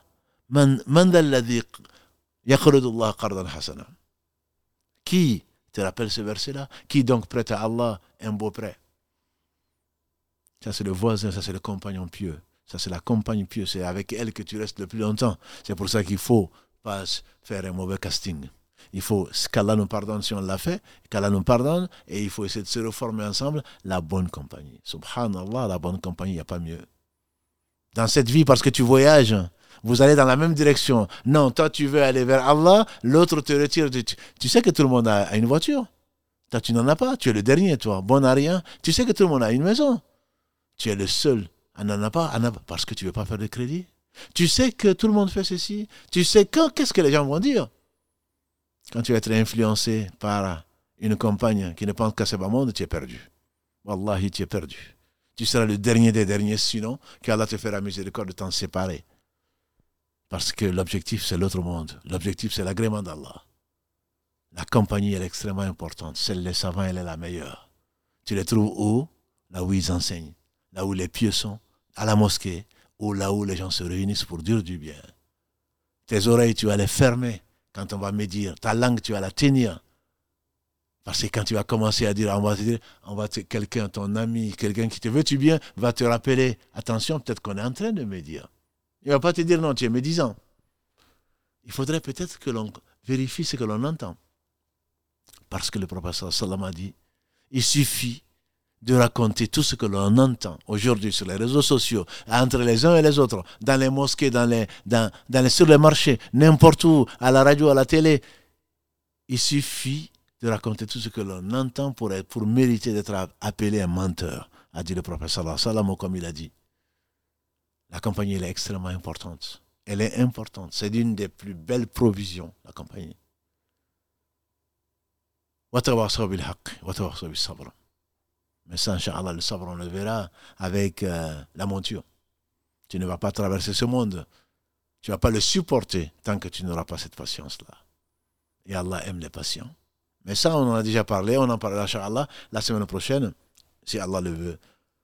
Qui te rappelle ce verset-là? Qui donc prête à Allah un beau prêt? Ça c'est le voisin, ça c'est le compagnon pieux. Ça c'est la compagne pieuse, c'est avec elle que tu restes le plus longtemps. C'est pour ça qu'il ne faut pas faire un mauvais casting. Il faut qu'Allah nous pardonne si on l'a fait, qu'Allah nous pardonne, et il faut essayer de se reformer ensemble, la bonne compagnie. Subhanallah, la bonne compagnie, il n'y a pas mieux. Dans cette vie, parce que tu voyages, vous allez dans la même direction. Non, toi tu veux aller vers Allah, l'autre te retire. Tu sais que tout le monde a une voiture. Toi tu n'en as pas, tu es le dernier toi, bon à rien. Tu sais que tout le monde a une maison. Tu es le seul à n'en avoir pas, parce que tu ne veux pas faire de crédit. Tu sais que tout le monde fait ceci. Tu sais qu'est-ce que les gens vont dire. Quand tu vas être influencé par une compagne qui ne pense qu'à ce bas monde, tu es perdu. Wallahi, tu es perdu. Tu seras le dernier des derniers, sinon qu'Allah te fera miséricorde de t'en séparer. Parce que l'objectif, c'est l'autre monde. L'objectif, c'est l'agrément d'Allah. La compagnie, elle est extrêmement importante. Celle des savants, elle est la meilleure. Tu les trouves où? Là où ils enseignent. Là où les pieux sont. À la mosquée. Ou là où les gens se réunissent pour dire du bien. Tes oreilles, tu vas les fermer quand on va médire. Ta langue, tu vas la tenir. Parce que quand tu vas commencer à dire, quelqu'un, ton ami, quelqu'un qui te veut du bien, va te rappeler, attention, peut-être qu'on est en train de médire. Il ne va pas te dire non, tu es médisant. il faudrait peut-être que l'on vérifie ce que l'on entend. Parce que le prophète sallam a dit, il suffit de raconter tout ce que l'on entend aujourd'hui sur les réseaux sociaux, entre les uns et les autres, dans les mosquées, sur les marchés, n'importe où, à la radio, à la télé. Il suffit de raconter tout ce que l'on entend pour mériter d'être appelé un menteur, a dit le prophète sallallahu alayhi wa sallam, comme il a dit. La compagnie, elle est extrêmement importante. Elle est importante. C'est l'une des plus belles provisions, la compagnie. Mais ça, Inch'Allah, le sabre, on le verra avec la monture. Tu ne vas pas traverser ce monde. Tu ne vas pas le supporter tant que tu n'auras pas cette patience-là. Et Allah aime les patients. Mais ça, on en a déjà parlé. On en parlera, Inch'Allah, la semaine prochaine, si Allah le veut.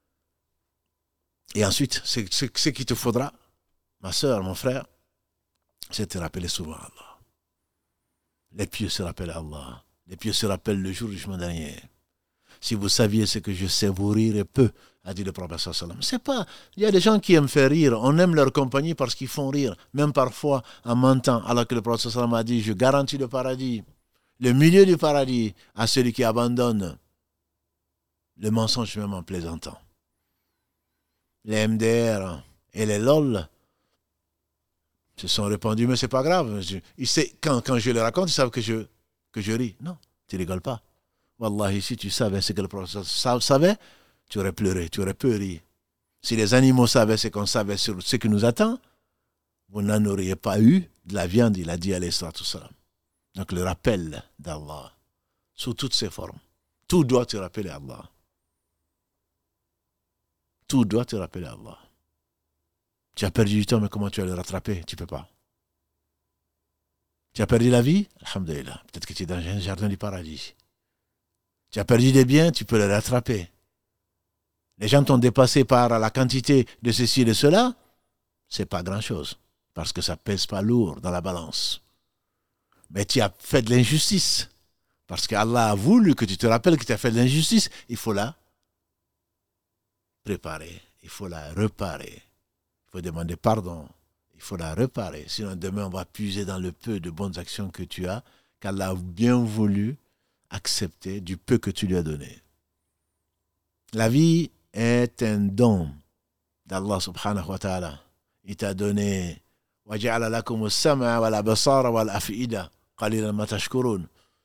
Et ensuite, ce qu'il te faudra, ma soeur, mon frère, c'est de te rappeler souvent Allah. Les pieux se rappellent Allah. Les pieux se rappellent le jour du jugement dernier. Si vous saviez ce que je sais, vous rirez peu, a dit le prophète sallam. C'est pas, il y a des gens qui aiment faire rire, on aime leur compagnie parce qu'ils font rire, même parfois en mentant, alors que le prophète sallam a dit, je garantis le paradis, le milieu du paradis à celui qui abandonne le mensonge même en plaisantant. Les MDR et les LOL se sont répandus, mais c'est pas grave. Quand je les raconte, ils savent que je ris. Non, tu rigoles pas. Wallahi, si tu savais ce que le prophète savait, tu aurais pleuré, tu aurais peu ri. Si les animaux savaient ce qu'on savait sur ce qui nous attend, vous n'en auriez pas eu de la viande, il a dit alayhi salatu wassalam. Donc le rappel d'Allah, sous toutes ses formes. Tout doit te rappeler Allah. Tout doit te rappeler Allah. Tu as perdu du temps, mais comment tu vas le rattraper? Tu ne peux pas. Tu as perdu la vie? Alhamdulillah. Peut-être que tu es dans un jardin du paradis. Tu as perdu des biens, tu peux les rattraper. Les gens t'ont dépassé par la quantité de ceci et de cela, c'est pas grand-chose, parce que ça pèse pas lourd dans la balance. Mais tu as fait de l'injustice, parce qu'Allah a voulu que tu te rappelles que tu as fait de l'injustice, il faut la préparer, il faut la réparer, il faut demander pardon, il faut la réparer, sinon demain on va puiser dans le peu de bonnes actions que tu as, qu'Allah a bien voulu accepter du peu que tu lui as donné. La vie est un don d'Allah subhanahu wa ta'ala. Il t'a donné وَجَعَلَ لَكُمُ السَّمْعَ وَالْأَبْصَارَ وَالْأَفْئِدَةَ قَلِيلًا مَا تَشْكُرُونَ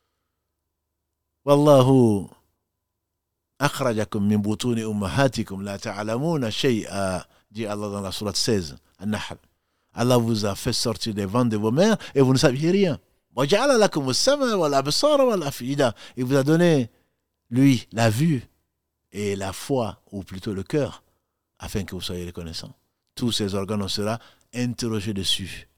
وَاللَّهُ أَخْرَجَكُم مِّن بُطُونِ أُمَّهَاتِكُمْ لَا تَعْلَمُونَ شَيْئًا, dit Allah dans la sourate 16, An-Nahl. Allah vous a fait sortir des ventres de vos mères et vous ne saviez rien. وَجَعَلَ لَكُمُ السَّمْعَ وَالْأَبْصَارَ وَالْأَفْئِدَةَ. Il vous a donné, lui, la vue et la foi, ou plutôt le cœur, afin que vous soyez reconnaissants. Tous ces organes, on sera interrogés dessus.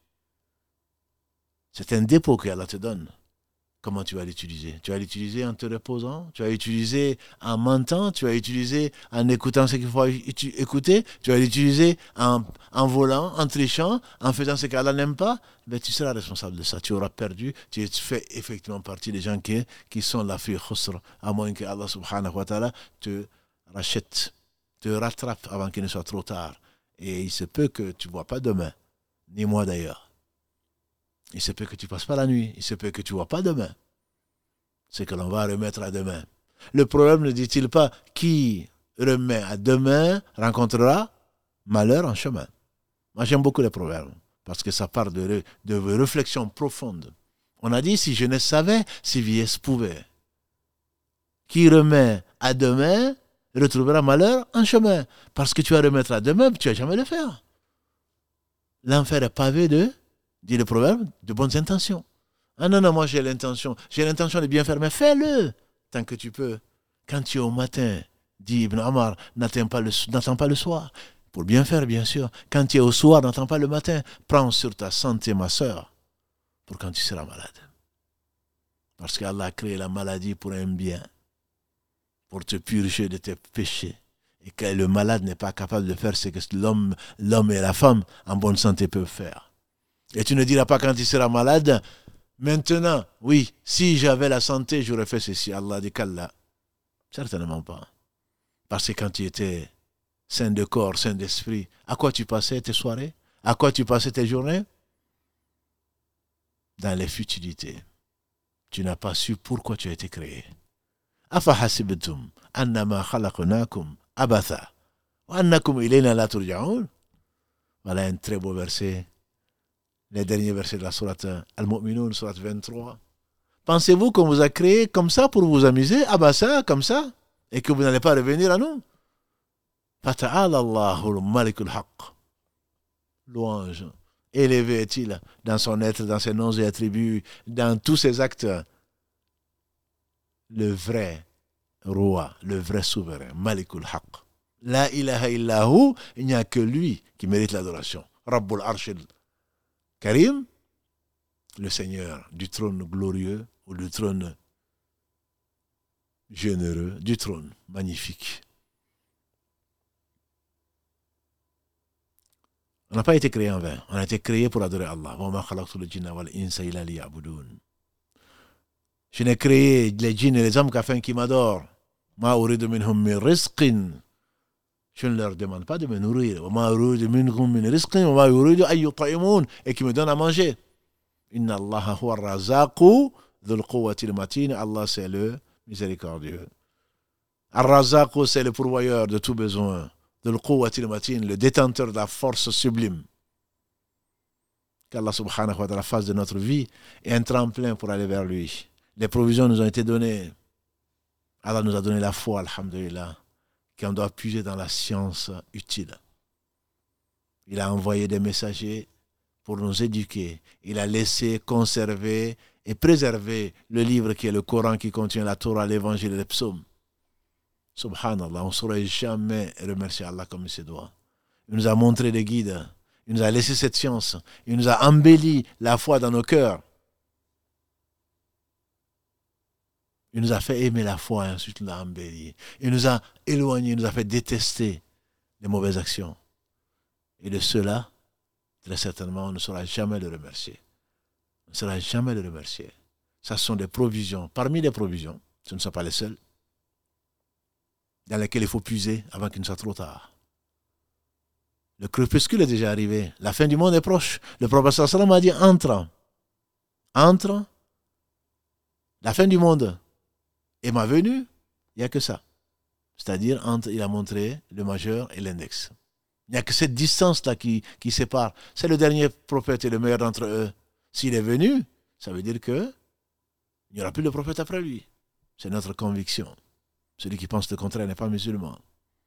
C'est un dépôt qu'Allah te donne. Comment tu vas l'utiliser? Tu vas l'utiliser en te reposant, tu vas l'utiliser en mentant, tu vas l'utiliser en écoutant ce qu'il faut écouter, tu vas l'utiliser en volant, en trichant, en faisant ce qu'Allah n'aime pas. Mais tu seras responsable de ça. Tu auras perdu, tu fais effectivement partie des gens qui sont la fi khusr, à moins que Allah subhanahu wa ta'ala te rachète, te rattrape avant qu'il ne soit trop tard. Et il se peut que tu ne vois pas demain, ni moi d'ailleurs. Il se peut que tu ne passes pas la nuit. Il se peut que tu ne vois pas demain. C'est que l'on va remettre à demain. Le problème ne dit-il pas qui remet à demain rencontrera malheur en chemin. Moi j'aime beaucoup les proverbes parce que ça part de réflexions profondes. On a dit si jeunesse savait, si vieillesse pouvait. Qui remet à demain retrouvera malheur en chemin. Parce que tu vas remettre à demain, tu ne vas jamais le faire. L'enfer est pavé dit le proverbe, de bonnes intentions. Ah non, moi j'ai l'intention de bien faire, mais fais-le tant que tu peux. Quand tu es au matin, dit Ibn Omar, n'attends pas le soir. Pour bien faire, bien sûr. Quand tu es au soir, n'attends pas le matin. Prends sur ta santé, ma soeur, pour quand tu seras malade. Parce qu'Allah a créé la maladie pour un bien, pour te purger de tes péchés. Et que le malade n'est pas capable de faire ce que l'homme et la femme en bonne santé peuvent faire. Et tu ne diras pas quand tu seras malade, maintenant, oui, si j'avais la santé, j'aurais fait ceci. Allah dit qu'Allah. Certainement pas. Parce que quand tu étais sain de corps, sain d'esprit, à quoi tu passais tes soirées? À quoi tu passais tes journées? dans les futilités. Tu n'as pas su pourquoi tu as été créé. Afa hasibtum annama khalaqnakum abatha wa annakum ilayna la turja'un. Voilà un très beau verset. Les derniers versets de la sourate Al-Mu'minun, sourate 23. Pensez-vous qu'on vous a créé comme ça pour vous amuser, abassa, comme ça, et que vous n'allez pas revenir à nous? Fata'ala Allahul Malikul Haqq. Louange. Élevé est-il dans son être, dans ses noms et attributs, dans tous ses actes. Le vrai roi, le vrai souverain, Malikul Haqq. La ilaha illahu, il n'y a que lui qui mérite l'adoration. Rabbul Arshil Karim, le Seigneur du trône glorieux ou du trône généreux, du trône magnifique. On n'a pas été créé en vain. On a été créé pour adorer Allah. Je n'ai créé les djinns et les hommes qu'afin qu'ils m'adorent. Je ne leur demande pas de me nourrir. Et qui me donnent à manger. Inna Allah huwa ar-razaqu dhul quwwati al-matin. Allah, c'est le miséricordieux. Ar-razaqu, c'est le pourvoyeur de tout besoin. Dhul quwwati al-matin, le détenteur de la force sublime. Qu'Allah subhanahu wa ta'ala fasse de notre vie et un tremplin pour aller vers lui. Les provisions nous ont été données. Allah nous a donné la foi, alhamdulillah, qu'on doit puiser dans la science utile. Il a envoyé des messagers pour nous éduquer. Il a laissé conserver et préserver le livre qui est le Coran, qui contient la Torah, l'évangile et les psaumes. Subhanallah, on ne saurait jamais remercier Allah comme il se doit. Il nous a montré des guides. Il nous a laissé cette science. Il nous a embelli la foi dans nos cœurs. Il nous a fait aimer la foi et ensuite il nous a embelli. Il nous a éloignés, il nous a fait détester les mauvaises actions. Et de cela, très certainement, on ne saura jamais le remercier. On ne saura jamais le remercier. Ça sont des provisions. Parmi les provisions, ce ne sont pas les seules, dans lesquelles il faut puiser avant qu'il ne soit trop tard. Le crépuscule est déjà arrivé. La fin du monde est proche. Le prophète sallallahu alayhi wa sallam a dit entre la fin du monde et ma venue, il n'y a que ça. C'est-à-dire, il a montré le majeur et l'index. Il n'y a que cette distance-là qui sépare. C'est le dernier prophète et le meilleur d'entre eux. S'il est venu, ça veut dire qu'il n'y aura plus de prophète après lui. C'est notre conviction. Celui qui pense le contraire n'est pas musulman.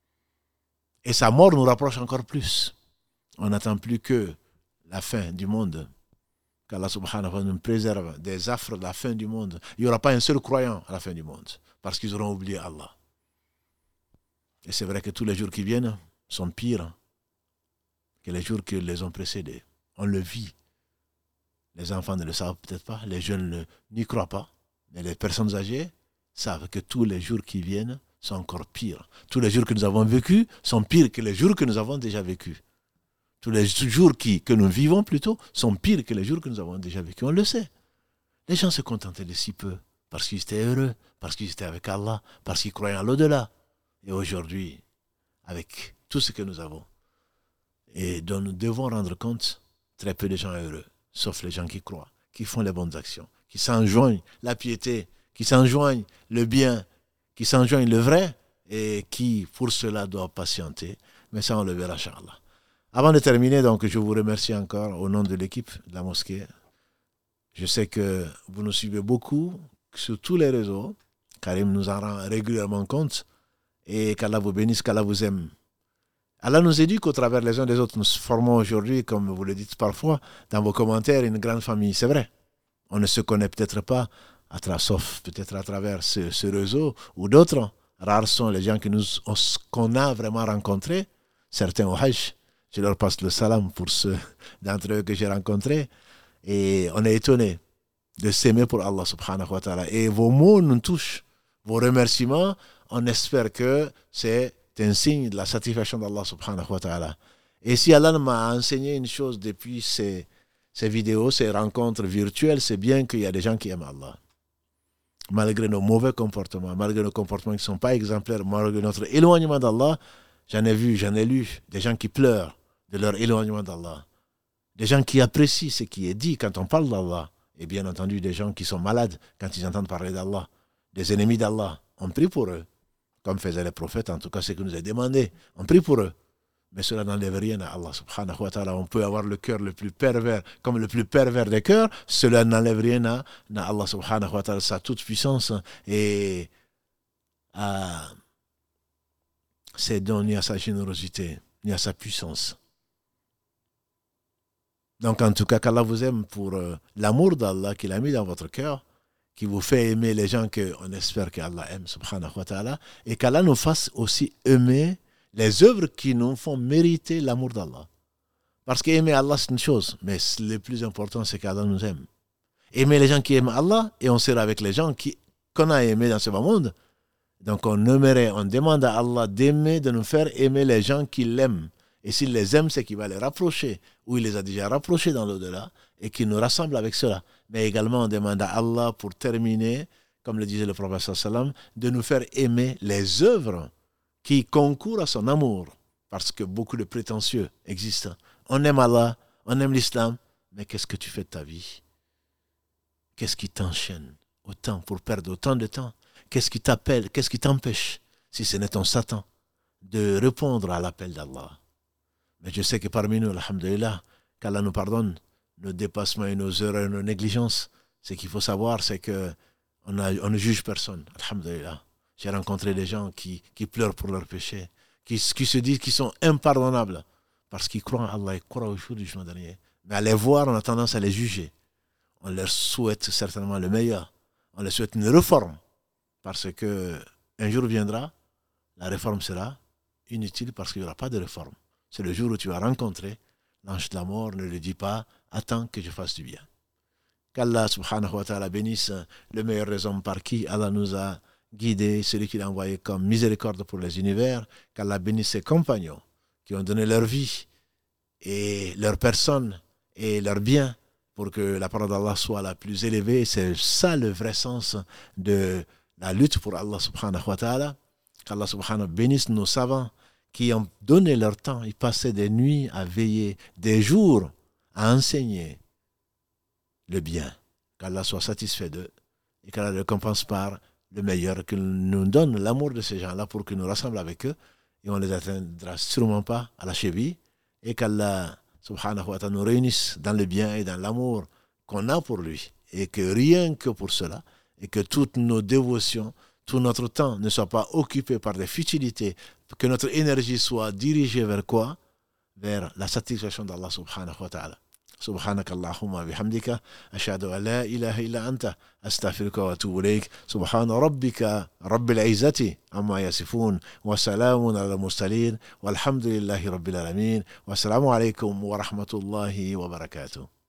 Et sa mort nous rapproche encore plus. On n'attend plus que la fin du monde. Qu'Allah subhanahu wa ta'ala nous préserve des affres de la fin du monde. Il n'y aura pas un seul croyant à la fin du monde. Parce qu'ils auront oublié Allah. Et c'est vrai que tous les jours qui viennent sont pires que les jours qui les ont précédés. On le vit. Les enfants ne le savent peut-être pas. Les jeunes n'y croient pas. Mais les personnes âgées savent que tous les jours qui viennent sont encore pires. Tous les jours que nous avons vécus sont pires que les jours que nous avons déjà vécus. Tous les jours que nous vivons plutôt sont pires que les jours que nous avons déjà vécus. On le sait. Les gens se contentaient de si peu parce qu'ils étaient heureux, parce qu'ils étaient avec Allah, parce qu'ils croyaient à l'au-delà. Et aujourd'hui, avec tout ce que nous avons et dont nous devons rendre compte, très peu de gens sont heureux, sauf les gens qui croient, qui font les bonnes actions, qui s'enjoignent la piété, qui s'enjoignent le bien, qui s'enjoignent le vrai et qui, pour cela, doivent patienter. Mais ça, on le verra, Inch'Allah. Avant de terminer, donc, je vous remercie encore au nom de l'équipe de la mosquée. Je sais que vous nous suivez beaucoup sur tous les réseaux. Karim nous en rend régulièrement compte. Et qu'Allah vous bénisse, qu'Allah vous aime. Allah nous éduque au travers les uns des autres. Nous formons aujourd'hui, comme vous le dites parfois, dans vos commentaires, une grande famille. C'est vrai. On ne se connaît peut-être pas, sauf peut-être à travers ce réseau ou d'autres. Rares sont les gens qu'on a vraiment rencontrés. Certains au Hajj. Je leur passe le salam pour ceux d'entre eux que j'ai rencontrés. Et on est étonné de s'aimer pour Allah subhanahu wa ta'ala. Et vos mots nous touchent. Vos remerciements, on espère que c'est un signe de la satisfaction d'Allah subhanahu wa ta'ala. Et si Allah m'a enseigné une chose depuis ces vidéos, ces rencontres virtuelles, c'est bien qu'il y a des gens qui aiment Allah. Malgré nos mauvais comportements, malgré nos comportements qui ne sont pas exemplaires, malgré notre éloignement d'Allah, j'en ai vu, j'en ai lu, des gens qui pleurent de leur éloignement d'Allah. Des gens qui apprécient ce qui est dit quand on parle d'Allah. Et bien entendu, des gens qui sont malades quand ils entendent parler d'Allah, des ennemis d'Allah. On prie pour eux, comme faisaient les prophètes, en tout cas ce que nous a demandé. On prie pour eux. Mais cela n'enlève rien à Allah subhanahu wa ta'ala. On peut avoir le cœur le plus pervers, comme le plus pervers des cœurs, cela n'enlève rien à Allah subhanahu wa ta'ala, sa toute puissance et à ses dons, ni à sa générosité, ni à sa puissance. Donc en tout cas, qu'Allah vous aime pour l'amour d'Allah qu'il a mis dans votre cœur, qui vous fait aimer les gens qu'on espère qu'Allah aime, subhanahu wa ta'ala, et qu'Allah nous fasse aussi aimer les œuvres qui nous font mériter l'amour d'Allah. Parce qu'aimer Allah, c'est une chose, mais le plus important, c'est qu'Allah nous aime. Aimer les gens qui aiment Allah, et on sera avec les gens qu'on a aimés dans ce bas monde. Donc on demande à Allah d'aimer, de nous faire aimer les gens qui l'aiment. Et s'il les aime, c'est qu'il va les rapprocher, ou il les a déjà rapprochés dans l'au-delà, et qu'il nous rassemble avec cela. Mais également, on demande à Allah, pour terminer, comme le disait le prophète sallam, de nous faire aimer les œuvres qui concourent à son amour, parce que beaucoup de prétentieux existent. On aime Allah, on aime l'islam, mais qu'est-ce que tu fais de ta vie? Qu'est-ce qui t'enchaîne autant pour perdre autant de temps? Qu'est-ce qui t'appelle, qu'est-ce qui t'empêche, si ce n'est ton Satan, de répondre à l'appel d'Allah? Mais je sais que parmi nous, alhamdulillah, qu'Allah nous pardonne nos dépassements et nos erreurs et nos négligences. Ce qu'il faut savoir, c'est qu'on ne juge personne, alhamdulillah. J'ai rencontré des gens qui pleurent pour leurs péchés, qui se disent qu'ils sont impardonnables, parce qu'ils croient en Allah, ils croient au jour du jugement dernier. Mais à les voir, on a tendance à les juger. On leur souhaite certainement le meilleur. On leur souhaite une réforme, parce que un jour viendra, la réforme sera inutile parce qu'il n'y aura pas de réforme. C'est le jour où tu vas rencontrer l'ange de la mort, ne lui dis pas « Attends que je fasse du bien ». Qu'Allah subhanahu wa ta'ala bénisse le meilleur des hommes par qui Allah nous a guidés, celui qu'il a envoyé comme miséricorde pour les univers. Qu'Allah bénisse ses compagnons qui ont donné leur vie et leur personne et leur bien pour que la parole d'Allah soit la plus élevée. C'est ça le vrai sens de la lutte pour Allah subhanahu wa ta'ala. Qu'Allah subhanahu bénisse nos savants qui ont donné leur temps, ils passaient des nuits à veiller, des jours à enseigner le bien. Qu'Allah soit satisfait d'eux et qu'Allah récompense par le meilleur, qu'il nous donne l'amour de ces gens-là pour qu'ils nous rassemblent avec eux et on ne les atteindra sûrement pas à la cheville et qu'Allah subhanahu wa ta'ala nous réunisse dans le bien et dans l'amour qu'on a pour lui et que rien que pour cela et que toutes nos dévotions, tout notre temps ne soit pas occupé par des futilités, que notre énergie soit dirigée vers quoi? Vers la satisfaction d'Allah subhanahu wa ta'ala. سبحانك اللهم وبحمدك أشهد أن لا إله إلا أنت أستغفرك وأتوب إليك سبحان ربك رب العزة عما يصفون وسلام على المرسلين والحمد لله رب العالمين والسلام عليكم ورحمة الله وبركاته.